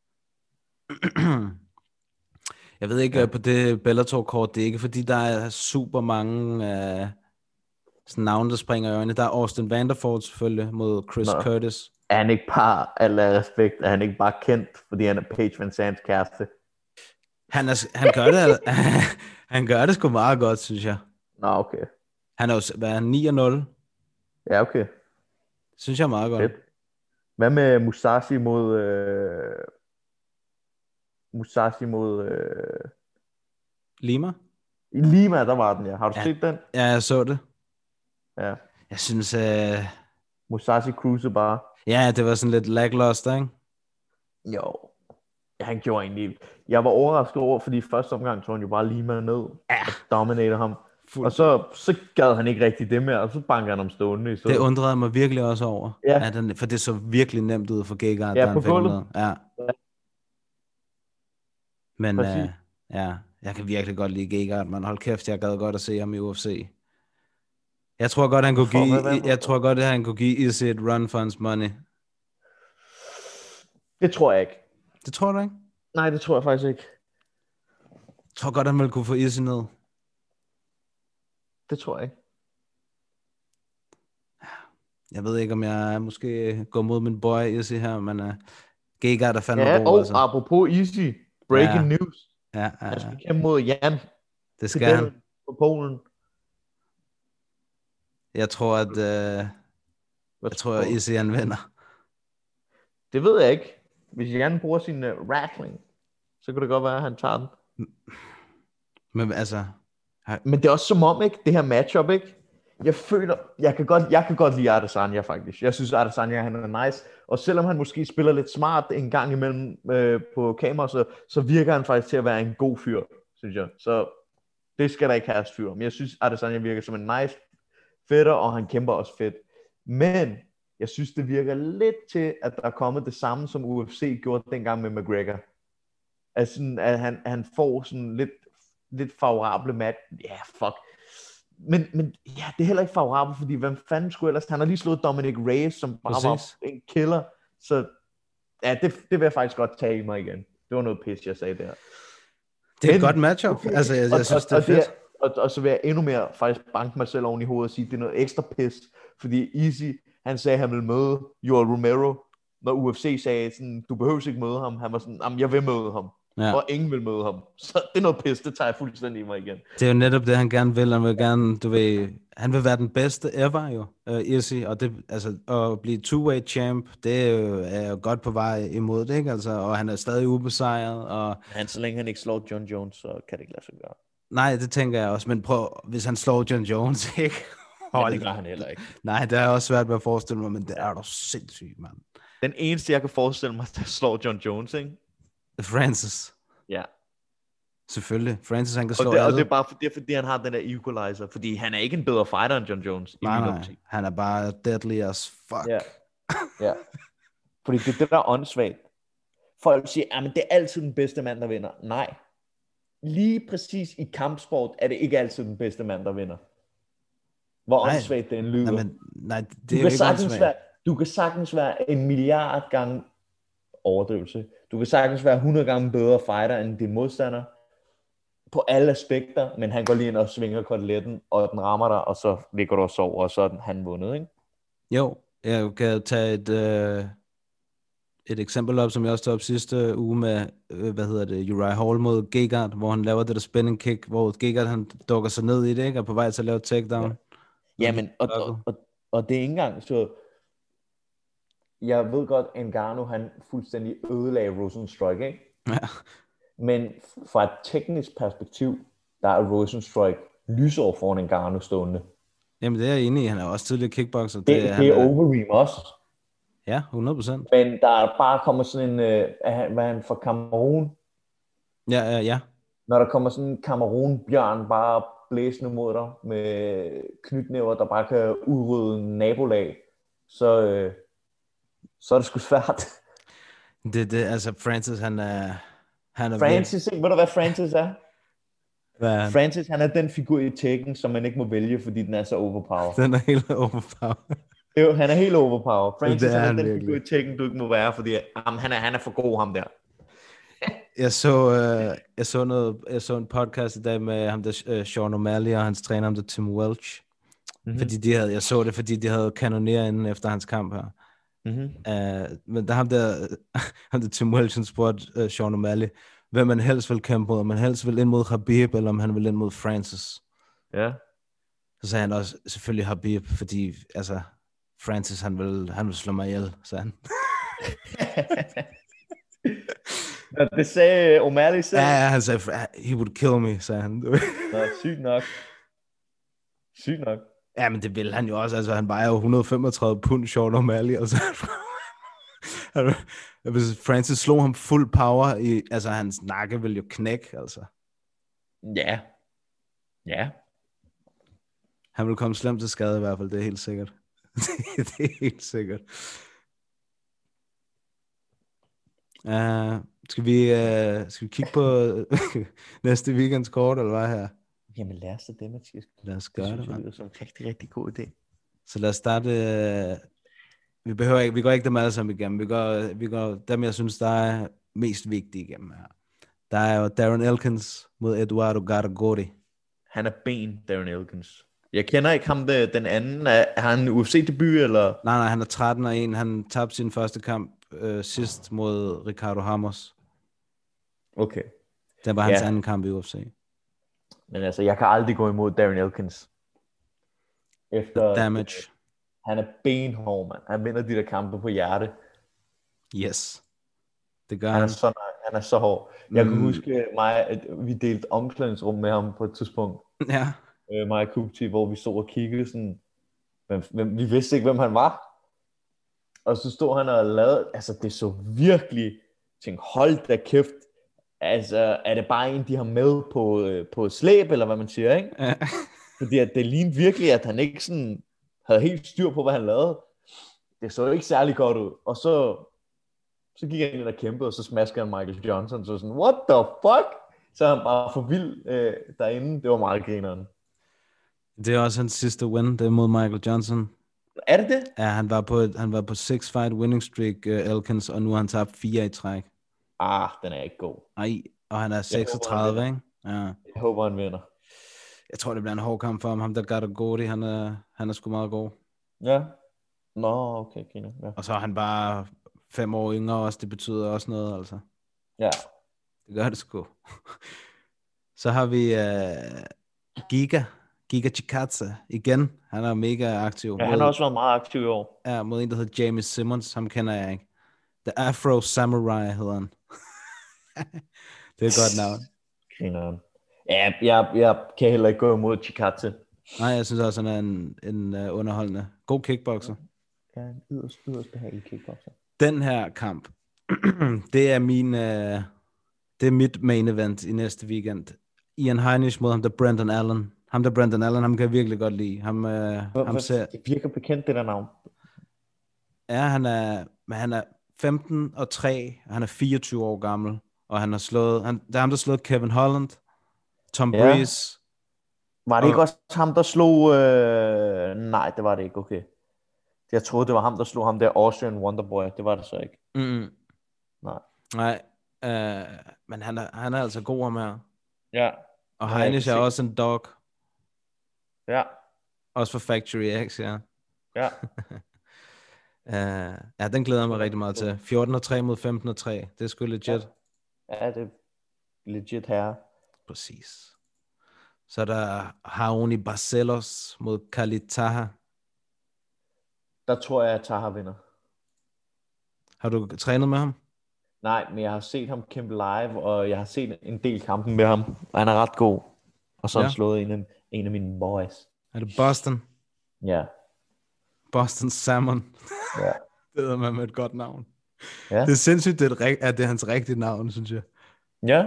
Speaker 5: Jeg ved ikke, ja. På det Bellator-kort, det er ikke fordi, der er super mange uh, sådan navne, der springer i øjnene. Der er Austin Vanderford selvfølgelig mod Chris Nå. Curtis.
Speaker 2: Er han ikke bare, alle respekt, er han ikke bare kendt, fordi han er Paige Van Zands kæreste?
Speaker 5: Han, er, han, gør det, han gør det sgu meget godt, synes jeg.
Speaker 2: Nå, okay.
Speaker 5: Han er jo hvad er han, ni og nul.
Speaker 2: Ja, okay.
Speaker 5: Synes jeg er meget godt.
Speaker 2: Fedt. Hvad med Musashi mod... Øh... Musashi mod... Øh...
Speaker 5: Lima?
Speaker 2: I Lima, der var den, ja. Har du
Speaker 5: ja.
Speaker 2: set den?
Speaker 5: Ja, jeg så det.
Speaker 2: Ja.
Speaker 5: Jeg synes... Øh...
Speaker 2: Musashi cruise bare.
Speaker 5: Ja, det var sådan lidt lackluster, ikke?
Speaker 2: Jo. Han gjorde egentlig... Jeg var overrasket over, fordi første omgang tog han jo bare Lima ned. Ja. Og dominater ham. Fuld. Og så, så gad han ikke rigtig det mere, og så banker han om stående. Så...
Speaker 5: Det undrede mig virkelig også over.
Speaker 2: Ja.
Speaker 5: At han, for det så virkelig nemt ud for Gegard.
Speaker 2: Ja, på gulvet.
Speaker 5: Ja.
Speaker 2: Ja.
Speaker 5: Men øh, ja, jeg kan virkelig godt lide Gegard, man. Hold kæft, jeg gad godt at se ham i U F C. Jeg tror godt, han kunne give, jeg tror godt, at han kunne give Izzy et run for hans money.
Speaker 2: Det tror jeg ikke.
Speaker 5: Det tror du ikke?
Speaker 2: Nej, det tror jeg faktisk ikke.
Speaker 5: Jeg tror godt, han ville kunne få Izzy ned.
Speaker 2: Det tror jeg ikke.
Speaker 5: Jeg ved ikke, om jeg måske går mod min boy Izzy her, men uh, Gegard er fandme
Speaker 2: ja,
Speaker 5: god.
Speaker 2: Og
Speaker 5: altså.
Speaker 2: apropos Izzy, breaking ja. news.
Speaker 5: Ja, ja,
Speaker 2: Han skal kæmpe mod Jan.
Speaker 5: Det skal han.
Speaker 2: På Polen.
Speaker 5: Jeg tror, at uh, jeg tror, at Izzy han vinder.
Speaker 2: Det ved jeg ikke. Hvis Jan bruger sin uh, wrestling, så kan det godt være, at han tager den.
Speaker 5: Men altså...
Speaker 2: Men det er også som om, ikke? Det her matchup, ikke? Jeg føler, jeg kan godt, jeg kan godt lide Adesanya faktisk. Jeg synes, Adesanya han er nice. Og selvom han måske spiller lidt smart en gang imellem øh, på kamera, så, så virker han faktisk til at være en god fyr, synes jeg. Så det skal der ikke have fyr. Men jeg synes, Adesanya virker som en nice fætter, og han kæmper også fedt. Men jeg synes, det virker lidt til, at der er kommet det samme, som U F C gjorde dengang med McGregor. Altså, at han, han får sådan lidt, lidt favorable match. Ja, yeah, fuck. men, men ja, det er heller ikke favorabelt, fordi hvem fanden skulle ellers? Han har lige slået Dominic Reyes, som bare
Speaker 5: Præcis.
Speaker 2: var en killer. Så ja, det, det vil jeg faktisk godt tage i mig igen. Det var noget pis, jeg sagde der.
Speaker 5: Det er
Speaker 2: Men-
Speaker 5: et godt matchup. Altså, jeg, jeg synes, det er
Speaker 2: og,
Speaker 5: fedt.
Speaker 2: det er, og, og så vil jeg endnu mere faktisk banke mig selv oven i hovedet og sige, at det er noget ekstra pis, fordi Easy, han sagde, at han ville møde Joel Romero, når U F C sagde sådan, du behøver ikke møde ham. Han var sådan, jamen jeg vil møde ham.
Speaker 5: Ja.
Speaker 2: Og ingen vil møde ham. Så det er noget pis, det tager jeg fuldstændig i mig igen.
Speaker 5: Det er jo netop det, han gerne vil. Han vil gerne, du ved, han vil være den bedste ever jo, uh, Easy. Og det, altså, at blive two-way champ, det er jo, er jo godt på vej imod det, ikke? Altså, og han er stadig ubesejret, og
Speaker 2: Han, så længe han ikke slår John Jones, så kan det ikke lade sig gøre.
Speaker 5: nej, det tænker jeg også, men prøv, hvis han slår John Jones, ikke?
Speaker 2: Men
Speaker 5: Hold
Speaker 2: det gør
Speaker 5: da.
Speaker 2: han heller ikke.
Speaker 5: Nej, det er også svært ved at forestille mig, men det er da sindssygt, mand.
Speaker 2: Den eneste, jeg kan forestille mig, der slår John Jones, ikke?
Speaker 5: Francis,
Speaker 2: Ja.
Speaker 5: selvfølgelig. Francis, han kan
Speaker 2: Og
Speaker 5: slå
Speaker 2: det, og
Speaker 5: alle.
Speaker 2: det er bare det er, fordi, han har den der equalizer. Fordi han er ikke en bedre fighter end John Jones. I
Speaker 5: Nej,
Speaker 2: min
Speaker 5: nej,
Speaker 2: optik.
Speaker 5: han er bare deadly as fuck.
Speaker 2: Ja. Ja. Fordi det er det, der er åndssvagt. Folk siger, at det er altid den bedste mand, der vinder. Nej. Lige præcis i kampsport er det ikke altid den bedste mand, der vinder. Hvor
Speaker 5: Nej.
Speaker 2: åndssvagt det en lyder.
Speaker 5: Nej, men, nej, det
Speaker 2: du,
Speaker 5: er jo
Speaker 2: kan
Speaker 5: ikke
Speaker 2: sagtens
Speaker 5: åndssvagt.
Speaker 2: være, du kan sagtens være en milliard gange overdrivelse. Du kan sagtens være hundrede gange bedre fighter end din modstander. På alle aspekter, men han går lige ind og svinger koteletten, og den rammer dig, og så ligger du og sover, og så er han vundet, ikke?
Speaker 5: Jo, jeg kan tage et, øh, et eksempel op, som jeg også tog op sidste uge med, øh, hvad hedder det, Uriah Hall mod Gegard, hvor han laver det der spinning kick, hvor Gegard han dukker sig ned i det, ikke, og er på vej til at lave et takedown.
Speaker 2: Jamen, og, og, og, og det er ikke engang så... Jeg ved godt, at Ngannou, han fuldstændig ødelagde Rosenstruik, ikke?
Speaker 5: Ja.
Speaker 2: Men fra et teknisk perspektiv, der er Rosenstruik lysår foran Ngannou stående.
Speaker 5: Jamen, det er jeg enig i. Han er også tidligere kickboxer.
Speaker 2: Det, det,
Speaker 5: han
Speaker 2: det er Overeem også.
Speaker 5: Ja, hundrede procent.
Speaker 2: Men der er bare kommer sådan en... Øh, er han, hvad er han fra Kamerun?
Speaker 5: Ja, ja, ja.
Speaker 2: Når der kommer sådan en Kamerun-bjørn bare blæsende mod dig med knytnæver, der bare kan udrydde en nabolag, så, øh, så er det sgu svært.
Speaker 5: Det, det, altså, Francis, han er... Han er
Speaker 2: Francis, ikke? Ved du hvad Francis er?
Speaker 5: Hvad er han?
Speaker 2: Francis, han er den figur i Tekken, som man ikke må vælge, fordi den er så overpowered.
Speaker 5: Den er helt overpowered.
Speaker 2: Jo, han er helt overpowered. Francis,
Speaker 5: Det er
Speaker 2: han er
Speaker 5: han
Speaker 2: den
Speaker 5: virkelig.
Speaker 2: figur i Tekken, du ikke må være, fordi jamen, han, er, han er for god, ham der.
Speaker 5: Jeg så, øh, jeg, så noget, jeg så en podcast i dag med ham der, øh, Sean O'Malley og hans træner, ham der Tim Welch. Mm-hmm. Fordi de havde, jeg så det, fordi de havde kanoneret inden efter hans kamp her.
Speaker 2: Mm-hmm.
Speaker 5: Uh, men der ham der, ham der Tim Welch, han spurgte uh, Sean O'Malley, hvem man helst vil kæmpe mod, om man helst vil ind mod Khabib, eller om han vil ind mod Francis.
Speaker 2: Ja. Så
Speaker 5: sagde han også, selvfølgelig Khabib, fordi altså, Francis, han vil, han vil slå mig ihjel, sagde han.
Speaker 2: Nå, det sagde O'Malley selv.
Speaker 5: Ja, ja, han sagde, he would kill me, sagde han.
Speaker 2: Nå, sygt nok. Sygt nok.
Speaker 5: Ja, men det ville han jo også, altså han vejer jo et hundrede og femogtredive pund, Sean O'Malley, og så hvis Francis slog ham fuld power, i, altså hans nakke ville jo knække, altså.
Speaker 2: Ja. Ja.
Speaker 5: Han vil komme slemt til skade i hvert fald, det er helt sikkert. Det er helt sikkert. Uh, skal, vi, uh, skal vi kigge på næste weekends kort, eller hvad her?
Speaker 2: Jamen lad os det, Mathias.
Speaker 5: Lad os
Speaker 2: Det
Speaker 5: gøre
Speaker 2: synes
Speaker 5: det,
Speaker 2: jeg
Speaker 5: man.
Speaker 2: lyder som en rigtig, rigtig god idé.
Speaker 5: Så lad os starte. Uh, vi behøver ikke, vi går ikke dem alle sammen igennem. Vi går, vi går dem, jeg synes, der er mest vigtige igennem her. Der er jo Darren Elkins mod Eduardo Garagorri.
Speaker 2: Han er ben, Darren Elkins. Jeg kender ikke ham, det, den anden. Er, er han U F C-debut, eller?
Speaker 5: Nej, nej, han er tretten og en. Han tabte sin første kamp øh, sidst mod Ricardo Ramos.
Speaker 2: Okay.
Speaker 5: Det var hans
Speaker 2: Ja.
Speaker 5: anden kamp i U F C.
Speaker 2: Men altså, jeg kan aldrig gå imod Darren Elkins. Efter,
Speaker 5: Damage.
Speaker 2: han er benhård, mand. Han vinder de der kampe på hjerte.
Speaker 5: Yes. Det gør
Speaker 2: Han
Speaker 5: han.
Speaker 2: er så, han er så hård. Jeg kan
Speaker 5: Mm.
Speaker 2: huske mig, at vi delte omklædningsrum med ham på et tidspunkt.
Speaker 5: Ja.
Speaker 2: Øh, mig og Kupti, hvor vi stod og kiggede sådan. Hvem, hvem, vi vidste ikke, hvem han var. Og så stod han og lavede, altså det så virkelig, tænkte, hold da kæft. Altså, er det bare en, de har med på, øh, på slæb, eller hvad man siger, ikke?
Speaker 5: Ja.
Speaker 2: Fordi at det lignede virkelig, at han ikke sådan havde helt styr på, hvad han lavede. Det så ikke særlig godt ud. Og så, så gik han ind og kæmpede, og så smaskede han Michael Johnson. Så sådan, what the fuck? Så er han bare for vild øh, derinde. Det var meget grineren.
Speaker 5: Det er også hans sidste win, det er mod Michael Johnson.
Speaker 2: Er det det?
Speaker 5: Ja, han var på, et, han var på six fight winning streak, uh, Elkins, og nu har han tabt fire i træk.
Speaker 2: Ah, den er ikke god.
Speaker 5: Ej, og han er seksogtredive, ikke? Ja.
Speaker 2: Jeg håber, han vinder.
Speaker 5: Jeg tror, det bliver en hård kamp for ham. Ham, der gør det godt, han er, han er sgu meget god.
Speaker 2: Ja. Nå, okay, okay. Ja.
Speaker 5: Og så er han bare fem år yngre også. Det betyder også noget, altså.
Speaker 2: Ja.
Speaker 5: Det gør det sgu. Så har vi uh, Giga. Giga Chikadze igen. Han er mega aktiv.
Speaker 2: Ja,
Speaker 5: mod,
Speaker 2: han har også været meget aktiv i år.
Speaker 5: Ja, mod en, der hedder Jamie Simmons. Ham kender jeg ikke. The Afro Samurai hedder han. Det er et godt navn.
Speaker 2: Grineren. Ja, jeg, jeg kan heller ikke gå imod Chikadze.
Speaker 5: Nej, jeg synes også, han er en, en uh, underholdende. God kickboxer.
Speaker 2: Ja, en yderst, yderst behagelig kickboxer.
Speaker 5: Den her kamp, det er min, uh, det er mit main event i næste weekend. Ian Heinisch mod ham der Brendan Allen. Ham der Brendan Allen, ham kan jeg virkelig godt lide. Ham, uh,
Speaker 2: Hvor,
Speaker 5: ham ser...
Speaker 2: Det virker bekendt, det der navn.
Speaker 5: Ja, han er, men han er femten og tre, og han er fireogtyve år gammel, og han har slået, han, det er ham, der har slået Kevin Holland, Tom
Speaker 2: Ja.
Speaker 5: Breeze.
Speaker 2: Var det ikke også ham, der slog... Øh... Nej, det var det ikke, okay. Jeg troede, det var ham, der slog ham der Austrian Wonderboy. Det var det så ikke.
Speaker 5: Mm.
Speaker 2: Nej.
Speaker 5: Nej, uh, men han er, han er altså god ham her.
Speaker 2: Ja.
Speaker 5: Og
Speaker 2: Ja,
Speaker 5: Heinisch
Speaker 2: jeg
Speaker 5: er
Speaker 2: kan se.
Speaker 5: også en dog,
Speaker 2: Ja.
Speaker 5: også for Factory X, ja.
Speaker 2: Ja.
Speaker 5: Uh, ja, den glæder jeg mig rigtig meget til. fjorten og tre mod femten og tre. Det er sgu legit.
Speaker 2: Ja, det er legit her.
Speaker 5: Præcis. Så er der Raoni Barcelos mod Khalid Taha.
Speaker 2: Der tror jeg, at Taha vinder.
Speaker 5: Har du trænet med ham?
Speaker 2: Nej, men jeg har set ham kæmpe live, og jeg har set en del kampen med ham, og han er ret god. Og så har han
Speaker 5: Ja.
Speaker 2: slået en af, en af mine boys.
Speaker 5: Er det Boston?
Speaker 2: Ja.
Speaker 5: Boston Salmon.
Speaker 2: Ja.
Speaker 5: Det hedder man med et godt navn.
Speaker 2: Ja.
Speaker 5: Det er sindssygt, det er, et, rig- at det er hans rigtige navn, synes jeg.
Speaker 2: Ja.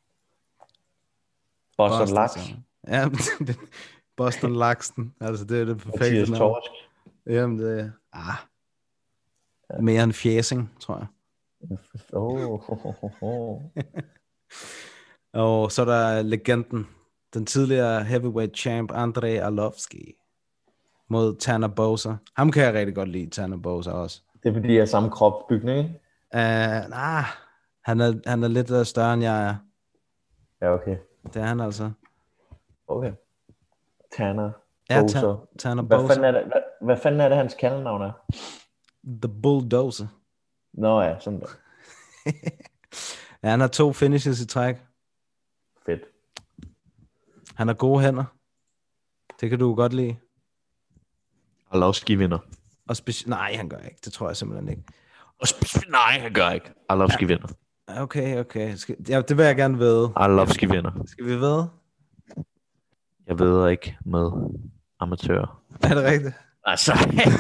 Speaker 2: Boston,
Speaker 5: Boston
Speaker 2: Laks.
Speaker 5: Salmon. Ja, det, Boston Laksen. Altså, det er det perfekte
Speaker 2: Mathias
Speaker 5: navn.
Speaker 2: Torsk.
Speaker 5: Jamen, det er ah, mere en fjæsing, tror jeg.
Speaker 2: Oh, oh, oh, oh.
Speaker 5: Og så er der legenden, den tidligere heavyweight champ, Andrei Arlovski, mod Tanner Boser. Ham kan jeg rigtig godt lide, Tanner Boser også.
Speaker 2: Det er fordi, jeg er samme kropsbygning, ikke?
Speaker 5: Uh, nah, han, er, han er lidt uh, større, end jeg er.
Speaker 2: Ja, okay.
Speaker 5: Det er han altså.
Speaker 2: Okay. Tanner.
Speaker 5: Ja,
Speaker 2: Boser.
Speaker 5: Ta- Tanner
Speaker 2: Hvad
Speaker 5: Boser.
Speaker 2: fanden, er det, hvad, hvad fanden er det, hans kaldenavn er?
Speaker 5: The Bulldozer.
Speaker 2: Nå ja, sådan der.
Speaker 5: Ja, han har to finishes i træk.
Speaker 2: Fedt.
Speaker 5: Han har gode hænder. Det kan du godt lide.
Speaker 2: Arlovski vinder.
Speaker 5: Og speci- Nej, han gør ikke. Det tror jeg simpelthen ikke.
Speaker 2: Og sp- Nej, han gør ikke. Arlovski vinder.
Speaker 5: Okay, okay. Skal... Ja, det vil jeg gerne vide.
Speaker 2: Arlovski vinder.
Speaker 5: Skal vi vide?
Speaker 2: Jeg ved ikke med amatører.
Speaker 5: Er det rigtigt?
Speaker 2: Altså.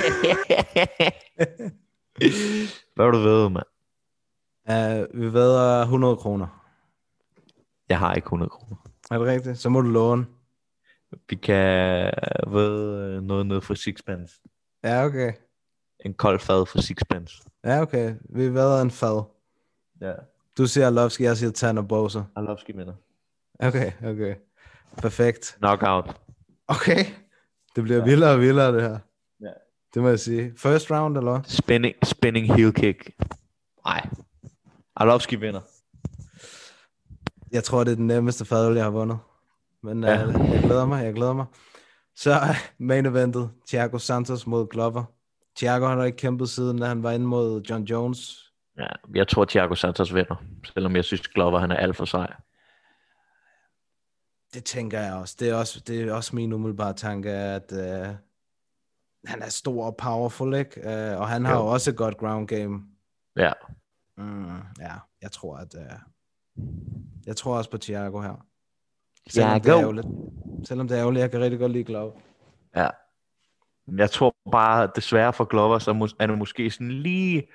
Speaker 2: Hvad vil du ved, mand?
Speaker 5: Uh, vi ved hundrede kroner.
Speaker 2: Jeg har ikke hundrede kroner.
Speaker 5: Er det rigtigt? Så må du låne.
Speaker 2: Vi kan ved noget ned for sixpence.
Speaker 5: Ja, okay.
Speaker 2: En kold fad for sixpence.
Speaker 5: Ja, okay. Vi ved en fad.
Speaker 2: Ja.
Speaker 5: Du siger Arlovski, jeg siger Tanner Boser.
Speaker 2: Arlovski vinder.
Speaker 5: Okay, okay. Perfekt.
Speaker 2: Knockout.
Speaker 5: Okay. Det bliver ja. vildere og vildere, det her.
Speaker 2: Ja.
Speaker 5: Det må jeg sige. First round, eller hvad?
Speaker 2: Spinning, spinning heel kick. Nej. Arlovski vinder.
Speaker 5: Jeg tror, det er den nemmeste fadøl, jeg har vundet. Men
Speaker 2: Ja.
Speaker 5: uh, jeg glæder mig, jeg glæder mig. Så uh, main eventet. Thiago Santos mod Glover. Thiago har ikke kæmpet siden, da han var inde mod John Jones.
Speaker 2: Ja, jeg tror, Thiago Santos vinder. Selvom jeg synes, Glover han er alt for sej.
Speaker 5: Det tænker jeg også. Det er også, det er også min umiddelbare tanke, at uh, han er stor og powerful, ikke? Uh, og han har jo
Speaker 2: Jo.
Speaker 5: også et godt ground game.
Speaker 2: Ja.
Speaker 5: Mm, ja, jeg tror, at... Uh, jeg tror også på Thiago her. Selvom det er
Speaker 2: Thiago.
Speaker 5: ærgerligt. Selvom det er ærgerligt, jeg kan rigtig godt lide Glover.
Speaker 2: Ja. Jeg tror bare, desværre for Glover, så mås- er det måske sådan lige...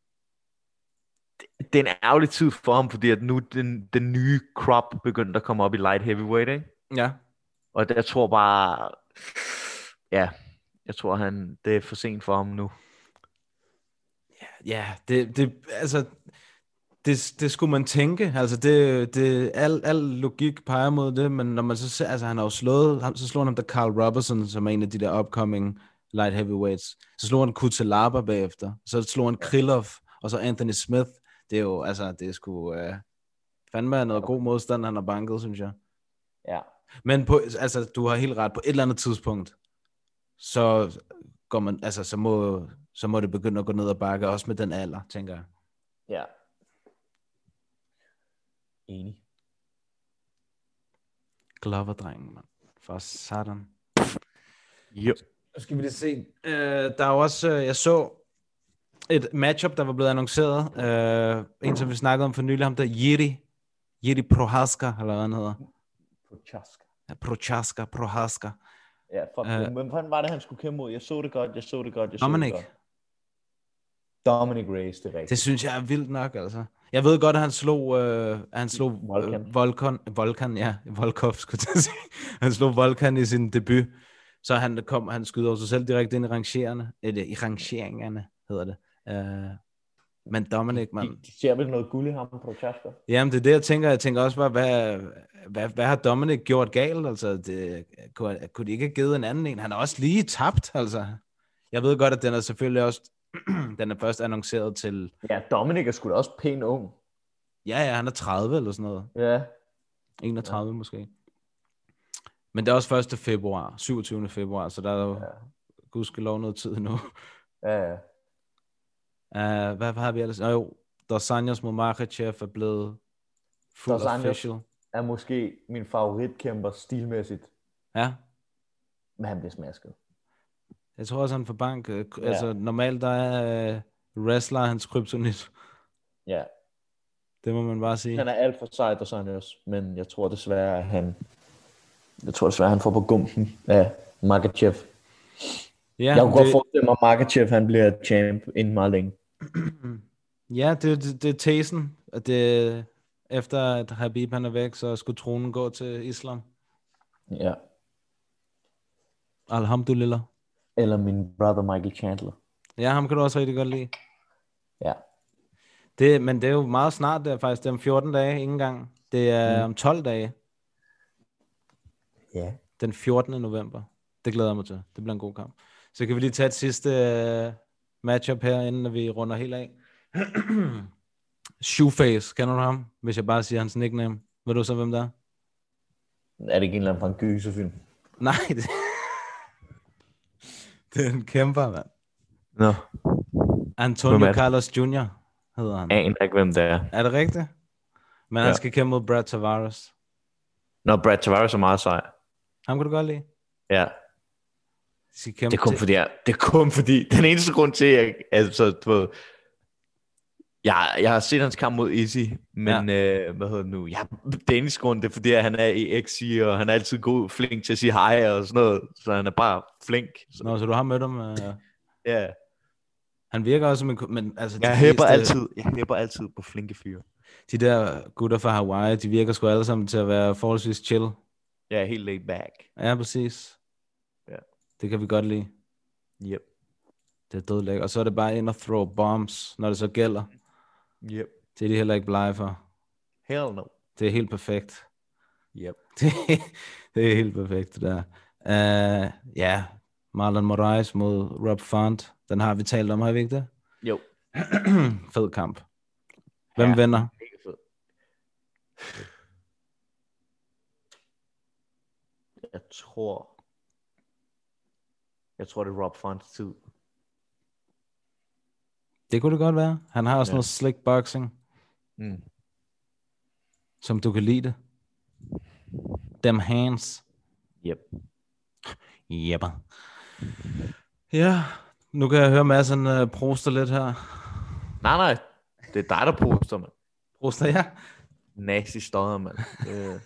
Speaker 2: Det er en ærgerlig tid for ham, fordi at nu den, den nye crop begyndte at komme op i light heavyweight, ikke?
Speaker 5: Ja.
Speaker 2: Og det, jeg tror bare... Ja, jeg tror, han, det er for sent for ham nu.
Speaker 5: Ja, det, det, altså, det, det skulle man tænke. Altså, det, det, al, al logik peger mod det, men når man så ser, altså han har jo slået, så slog han ham der Carl Robertson, som er en af de der upcoming light heavyweights. Så slog han Kutelaba bagefter. Så slog han Krylov, og så Anthony Smith. Det er jo, altså, det er sgu uh, fandme noget god modstand, han har banket, synes jeg.
Speaker 2: Ja.
Speaker 5: Men på, altså, du har helt ret, på et eller andet tidspunkt, så går man, altså, så må, så må det begynde at gå ned og bakke, også med den alder, tænker jeg.
Speaker 2: Ja. Enig.
Speaker 5: Glover-drengen, mand. For satan.
Speaker 2: Jo.
Speaker 5: Nu skal vi lige se. Uh, der er jo også, uh, jeg så et matchup, der var blevet annonceret. Uh, en, som vi snakkede om for nylig, ham der Jiri. Jiri Prohaska, eller hvad han hedder.
Speaker 2: Prochaska.
Speaker 5: Ja, Prochaska, Prohaska.
Speaker 2: Ja, fuck. Uh, men hvordan var det, han skulle kæmpe mod? Jeg så det godt, jeg så det godt, jeg
Speaker 5: Dominic.
Speaker 2: så det godt. Dominic Reyes, det er rigtigt.
Speaker 5: Det synes jeg er vildt nok, altså. Jeg ved godt, at han slog, øh, han slog
Speaker 2: Volkan.
Speaker 5: Øh, Volkan, Volkan, ja, Volkov, skulle jeg sige. Han slog Volkan i sin debut, så han kom, han skyder over sig selv direkte ind i rangerende, eller i rangeringerne, hedder det. Uh, men Dominic, man...
Speaker 2: De, de ser vel noget guld i ham på Chaska?
Speaker 5: Jamen, det er det, jeg tænker. Jeg tænker også bare, hvad, hvad, hvad har Dominic gjort galt? Altså, det, kunne, kunne de ikke have givet en anden en? Han er også lige tabt, altså. Jeg ved godt, at den er selvfølgelig også... den er først annonceret til...
Speaker 2: Ja, Dominic er sgu da også pæn ung.
Speaker 5: Ja, ja, han er tredive eller sådan noget.
Speaker 2: Ja.
Speaker 5: enogtredive ja. Måske. Men det er også første februar, syvogtyvende februar, så der er jo ja. gudskelov noget tid nu.
Speaker 2: Ja, ja.
Speaker 5: Uh, hvad har vi ellers? Oh, jo, Dos Anjos mod Makhachev er blevet full
Speaker 2: Dos Anjos
Speaker 5: official.
Speaker 2: Er måske min favoritkæmper stilmæssigt.
Speaker 5: Ja.
Speaker 2: Men han bliver smasket.
Speaker 5: Jeg tror også, han får bank. Ja. Altså, normalt der er uh, wrestler hans kryptonit.
Speaker 2: Ja.
Speaker 5: Det må man bare sige.
Speaker 2: Han er alt for sej, Dos Anjos, men jeg tror desværre, at han... Jeg tror desværre, han får på gumpen af Makhachev. Ja, jeg kunne det... godt forestille mig, at Makhachev, han bliver champ inden meget længe.
Speaker 5: Ja, det, det, det er tesen. At det, efter at Khabib han er væk, så skulle tronen gå til Islam.
Speaker 2: Ja.
Speaker 5: Alhamdulillah.
Speaker 2: Eller min brother Michael Chandler.
Speaker 5: Ja, ham kan du også rigtig godt lide.
Speaker 2: Ja.
Speaker 5: Det, men det er jo meget snart, det er faktisk det er om fjorten dage, ikke engang. Det er mm. om tolv dage.
Speaker 2: Ja.
Speaker 5: Den fjortende november. Det glæder jeg mig til. Det bliver en god kamp. Så kan vi lige tage et sidste uh, matchup her, inden vi runder helt af. Shoeface, kender du ham? Hvis jeg bare siger hans nickname. Ved du så, hvem der er?
Speaker 2: Er det ikke en eller anden fra en gyserfilm?
Speaker 5: Nej, det... det er en kæmper, mand.
Speaker 2: Nå.
Speaker 5: Antonio Carlos junior hedder han.
Speaker 2: Jeg aner ikke, hvem det er.
Speaker 5: Er det rigtigt? Men ja. Han skal kæmpe mod Brad Tavares.
Speaker 2: Nå, Brad Tavares er meget sej.
Speaker 5: Ham kan du godt lide?
Speaker 2: Ja.
Speaker 5: De
Speaker 2: det er kun til... fordi, jeg, det er kun fordi, den eneste grund til, at jeg, altså, du ved, jeg, jeg har set hans kamp mod Izzy, men, ja. øh, hvad hedder det nu, ja, det eneste grund, det er fordi, at han er i X I, og han er altid god, flink til at sige hej, og sådan noget, så han er bare flink. Så.
Speaker 5: Nå, så du har mødt ham? Øh...
Speaker 2: Ja.
Speaker 5: Han virker også som en, men altså...
Speaker 2: Jeg hæber fleste... altid, jeg hæber altid på flinke fyre.
Speaker 5: De der gutter fra Hawaii, de virker sgu alle sammen til at være forholdsvis chill.
Speaker 2: Ja, helt laid back.
Speaker 5: Ja, præcis.
Speaker 2: Ja.
Speaker 5: Det kan vi godt lide.
Speaker 2: Yep.
Speaker 5: Det er dødlægt. Og så er det bare ind og throw bombs, når det så gælder.
Speaker 2: Yep.
Speaker 5: Det er de heller ikke blege for.
Speaker 2: Hell no.
Speaker 5: Det er helt perfekt.
Speaker 2: Yep.
Speaker 5: Det, det er helt perfekt, det der. Uh, ja, Marlon Moraes mod Rob Font. Den har vi talt om, har vi ikke det?
Speaker 2: Jo.
Speaker 5: Fed kamp. Hvem ja, vinder?
Speaker 2: Fed. Jeg tror... Jeg tror, det er Rob Fonts tid.
Speaker 5: Det kunne det godt være. Han har også ja. noget slick boxing.
Speaker 2: Mm.
Speaker 5: Som du kan lide det. Dem hands.
Speaker 2: Yep.
Speaker 5: Yep. Ja, nu kan jeg høre Madsen uh, proster lidt her.
Speaker 2: Nej, nej. Det er dig, der proster, mand.
Speaker 5: Proster, ja.
Speaker 2: Nazi-støder, mand. Uh.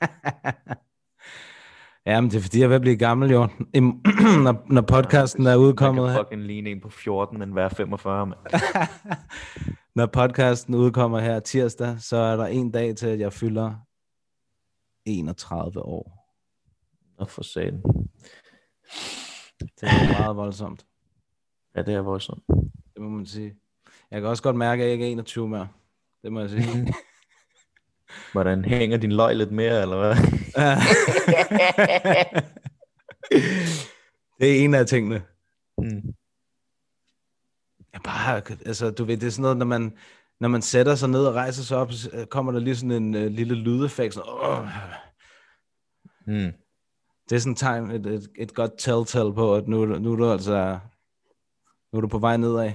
Speaker 5: Ja, men det er fordi, jeg er ved at blive gammel, jo. når, når podcasten er udkommet.
Speaker 2: Man kan fucking ligne en på fjorten, men være femogfyrre, mand.
Speaker 5: Når podcasten udkommer her tirsdag, så er der en dag til, at jeg fylder enogtredive år.
Speaker 2: Nå for satan.
Speaker 5: Det er meget voldsomt.
Speaker 2: Ja, det er voldsomt.
Speaker 5: Det må man sige. Jeg kan også godt mærke, at jeg ikke er enogtyve mere. Det må jeg sige.
Speaker 2: Hvordan hænger din løg lidt mere, eller hvad?
Speaker 5: Det er en af tingene.
Speaker 2: Mm.
Speaker 5: Jeg bare, altså, du ved, det er sådan noget, når man, når man sætter sig ned og rejser sig op, så kommer der lige sådan en uh, lille lydeffekt, sådan, åh.
Speaker 2: Mm.
Speaker 5: Det er sådan et tegn, et, et, et godt telltale på, at nu, nu er du altså, nu er du på vej nedad.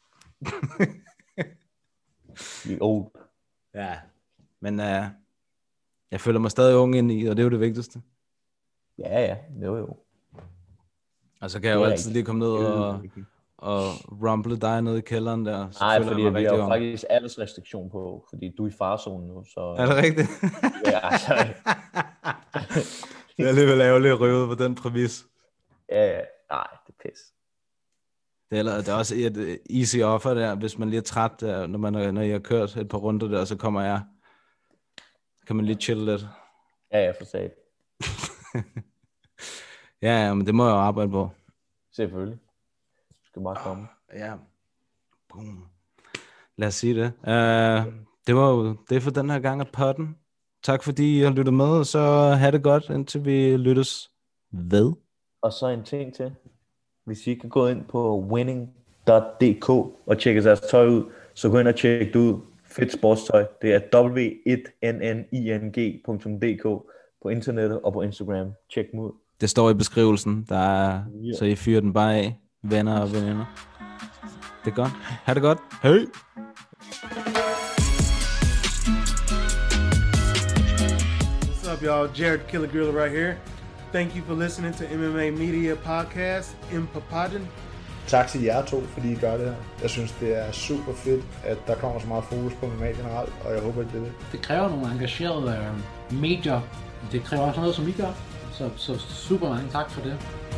Speaker 2: The old.
Speaker 5: Ja, men uh, jeg føler mig stadig ung ind i, og det er jo det vigtigste.
Speaker 2: Ja, ja, jo jo.
Speaker 5: Og så kan jeg jo altid lige komme ned og, og rumble dig ned i kælderen der. Så
Speaker 2: Nej, fordi vi har jo
Speaker 5: ung.
Speaker 2: faktisk aldersrestriktion på, fordi du er i farzonen nu, så...
Speaker 5: Er det rigtigt?
Speaker 2: Ja, altså...
Speaker 5: Det er alligevel ærgerligt at ryge ud på den præmis.
Speaker 2: Ja, ja, nej, det er pis.
Speaker 5: Det er, det er også et easy offer der, hvis man lige er træt, der, når, man, når jeg har kørt et par runder der, så kommer jeg, kan man lige chille lidt.
Speaker 2: Ja, ja, for sat.
Speaker 5: Ja, ja, men det må jeg jo arbejde på.
Speaker 2: Selvfølgelig. Du skal bare komme.
Speaker 5: Ja. Boom. Lad os sige det. Uh, det var jo det for den her gang af podden. Tak fordi I har lyttet med, og så have det godt, indtil vi lyttes ved.
Speaker 2: Og så en ting til. Hvis I kan gå ind på winning punktum d k og tjekke deres tøj ud, så gå ind og tjek det ud. Fedt sportstøj. Det er w et n n i n g punktum d k på internettet og på Instagram. Tjek dem ud.
Speaker 5: Det står i beskrivelsen, der er,
Speaker 2: Yeah.
Speaker 5: så I fyrer den bare af, venner og veninder. Det er godt. Ha' det godt. Hej.
Speaker 1: What's up, y'all? Jared Killer Gorilla right here. Thank you for listening to M M A Media Podcast in Papadon.
Speaker 6: Tak til jer to, fordi I gør det her. Jeg synes, det er super fedt, at der kommer så meget fokus på M M A generelt, og jeg håber, at det er det.
Speaker 7: Det kræver nogle engagerede øh, medier. Det kræver også noget, som I gør. Så, så super mange tak for det.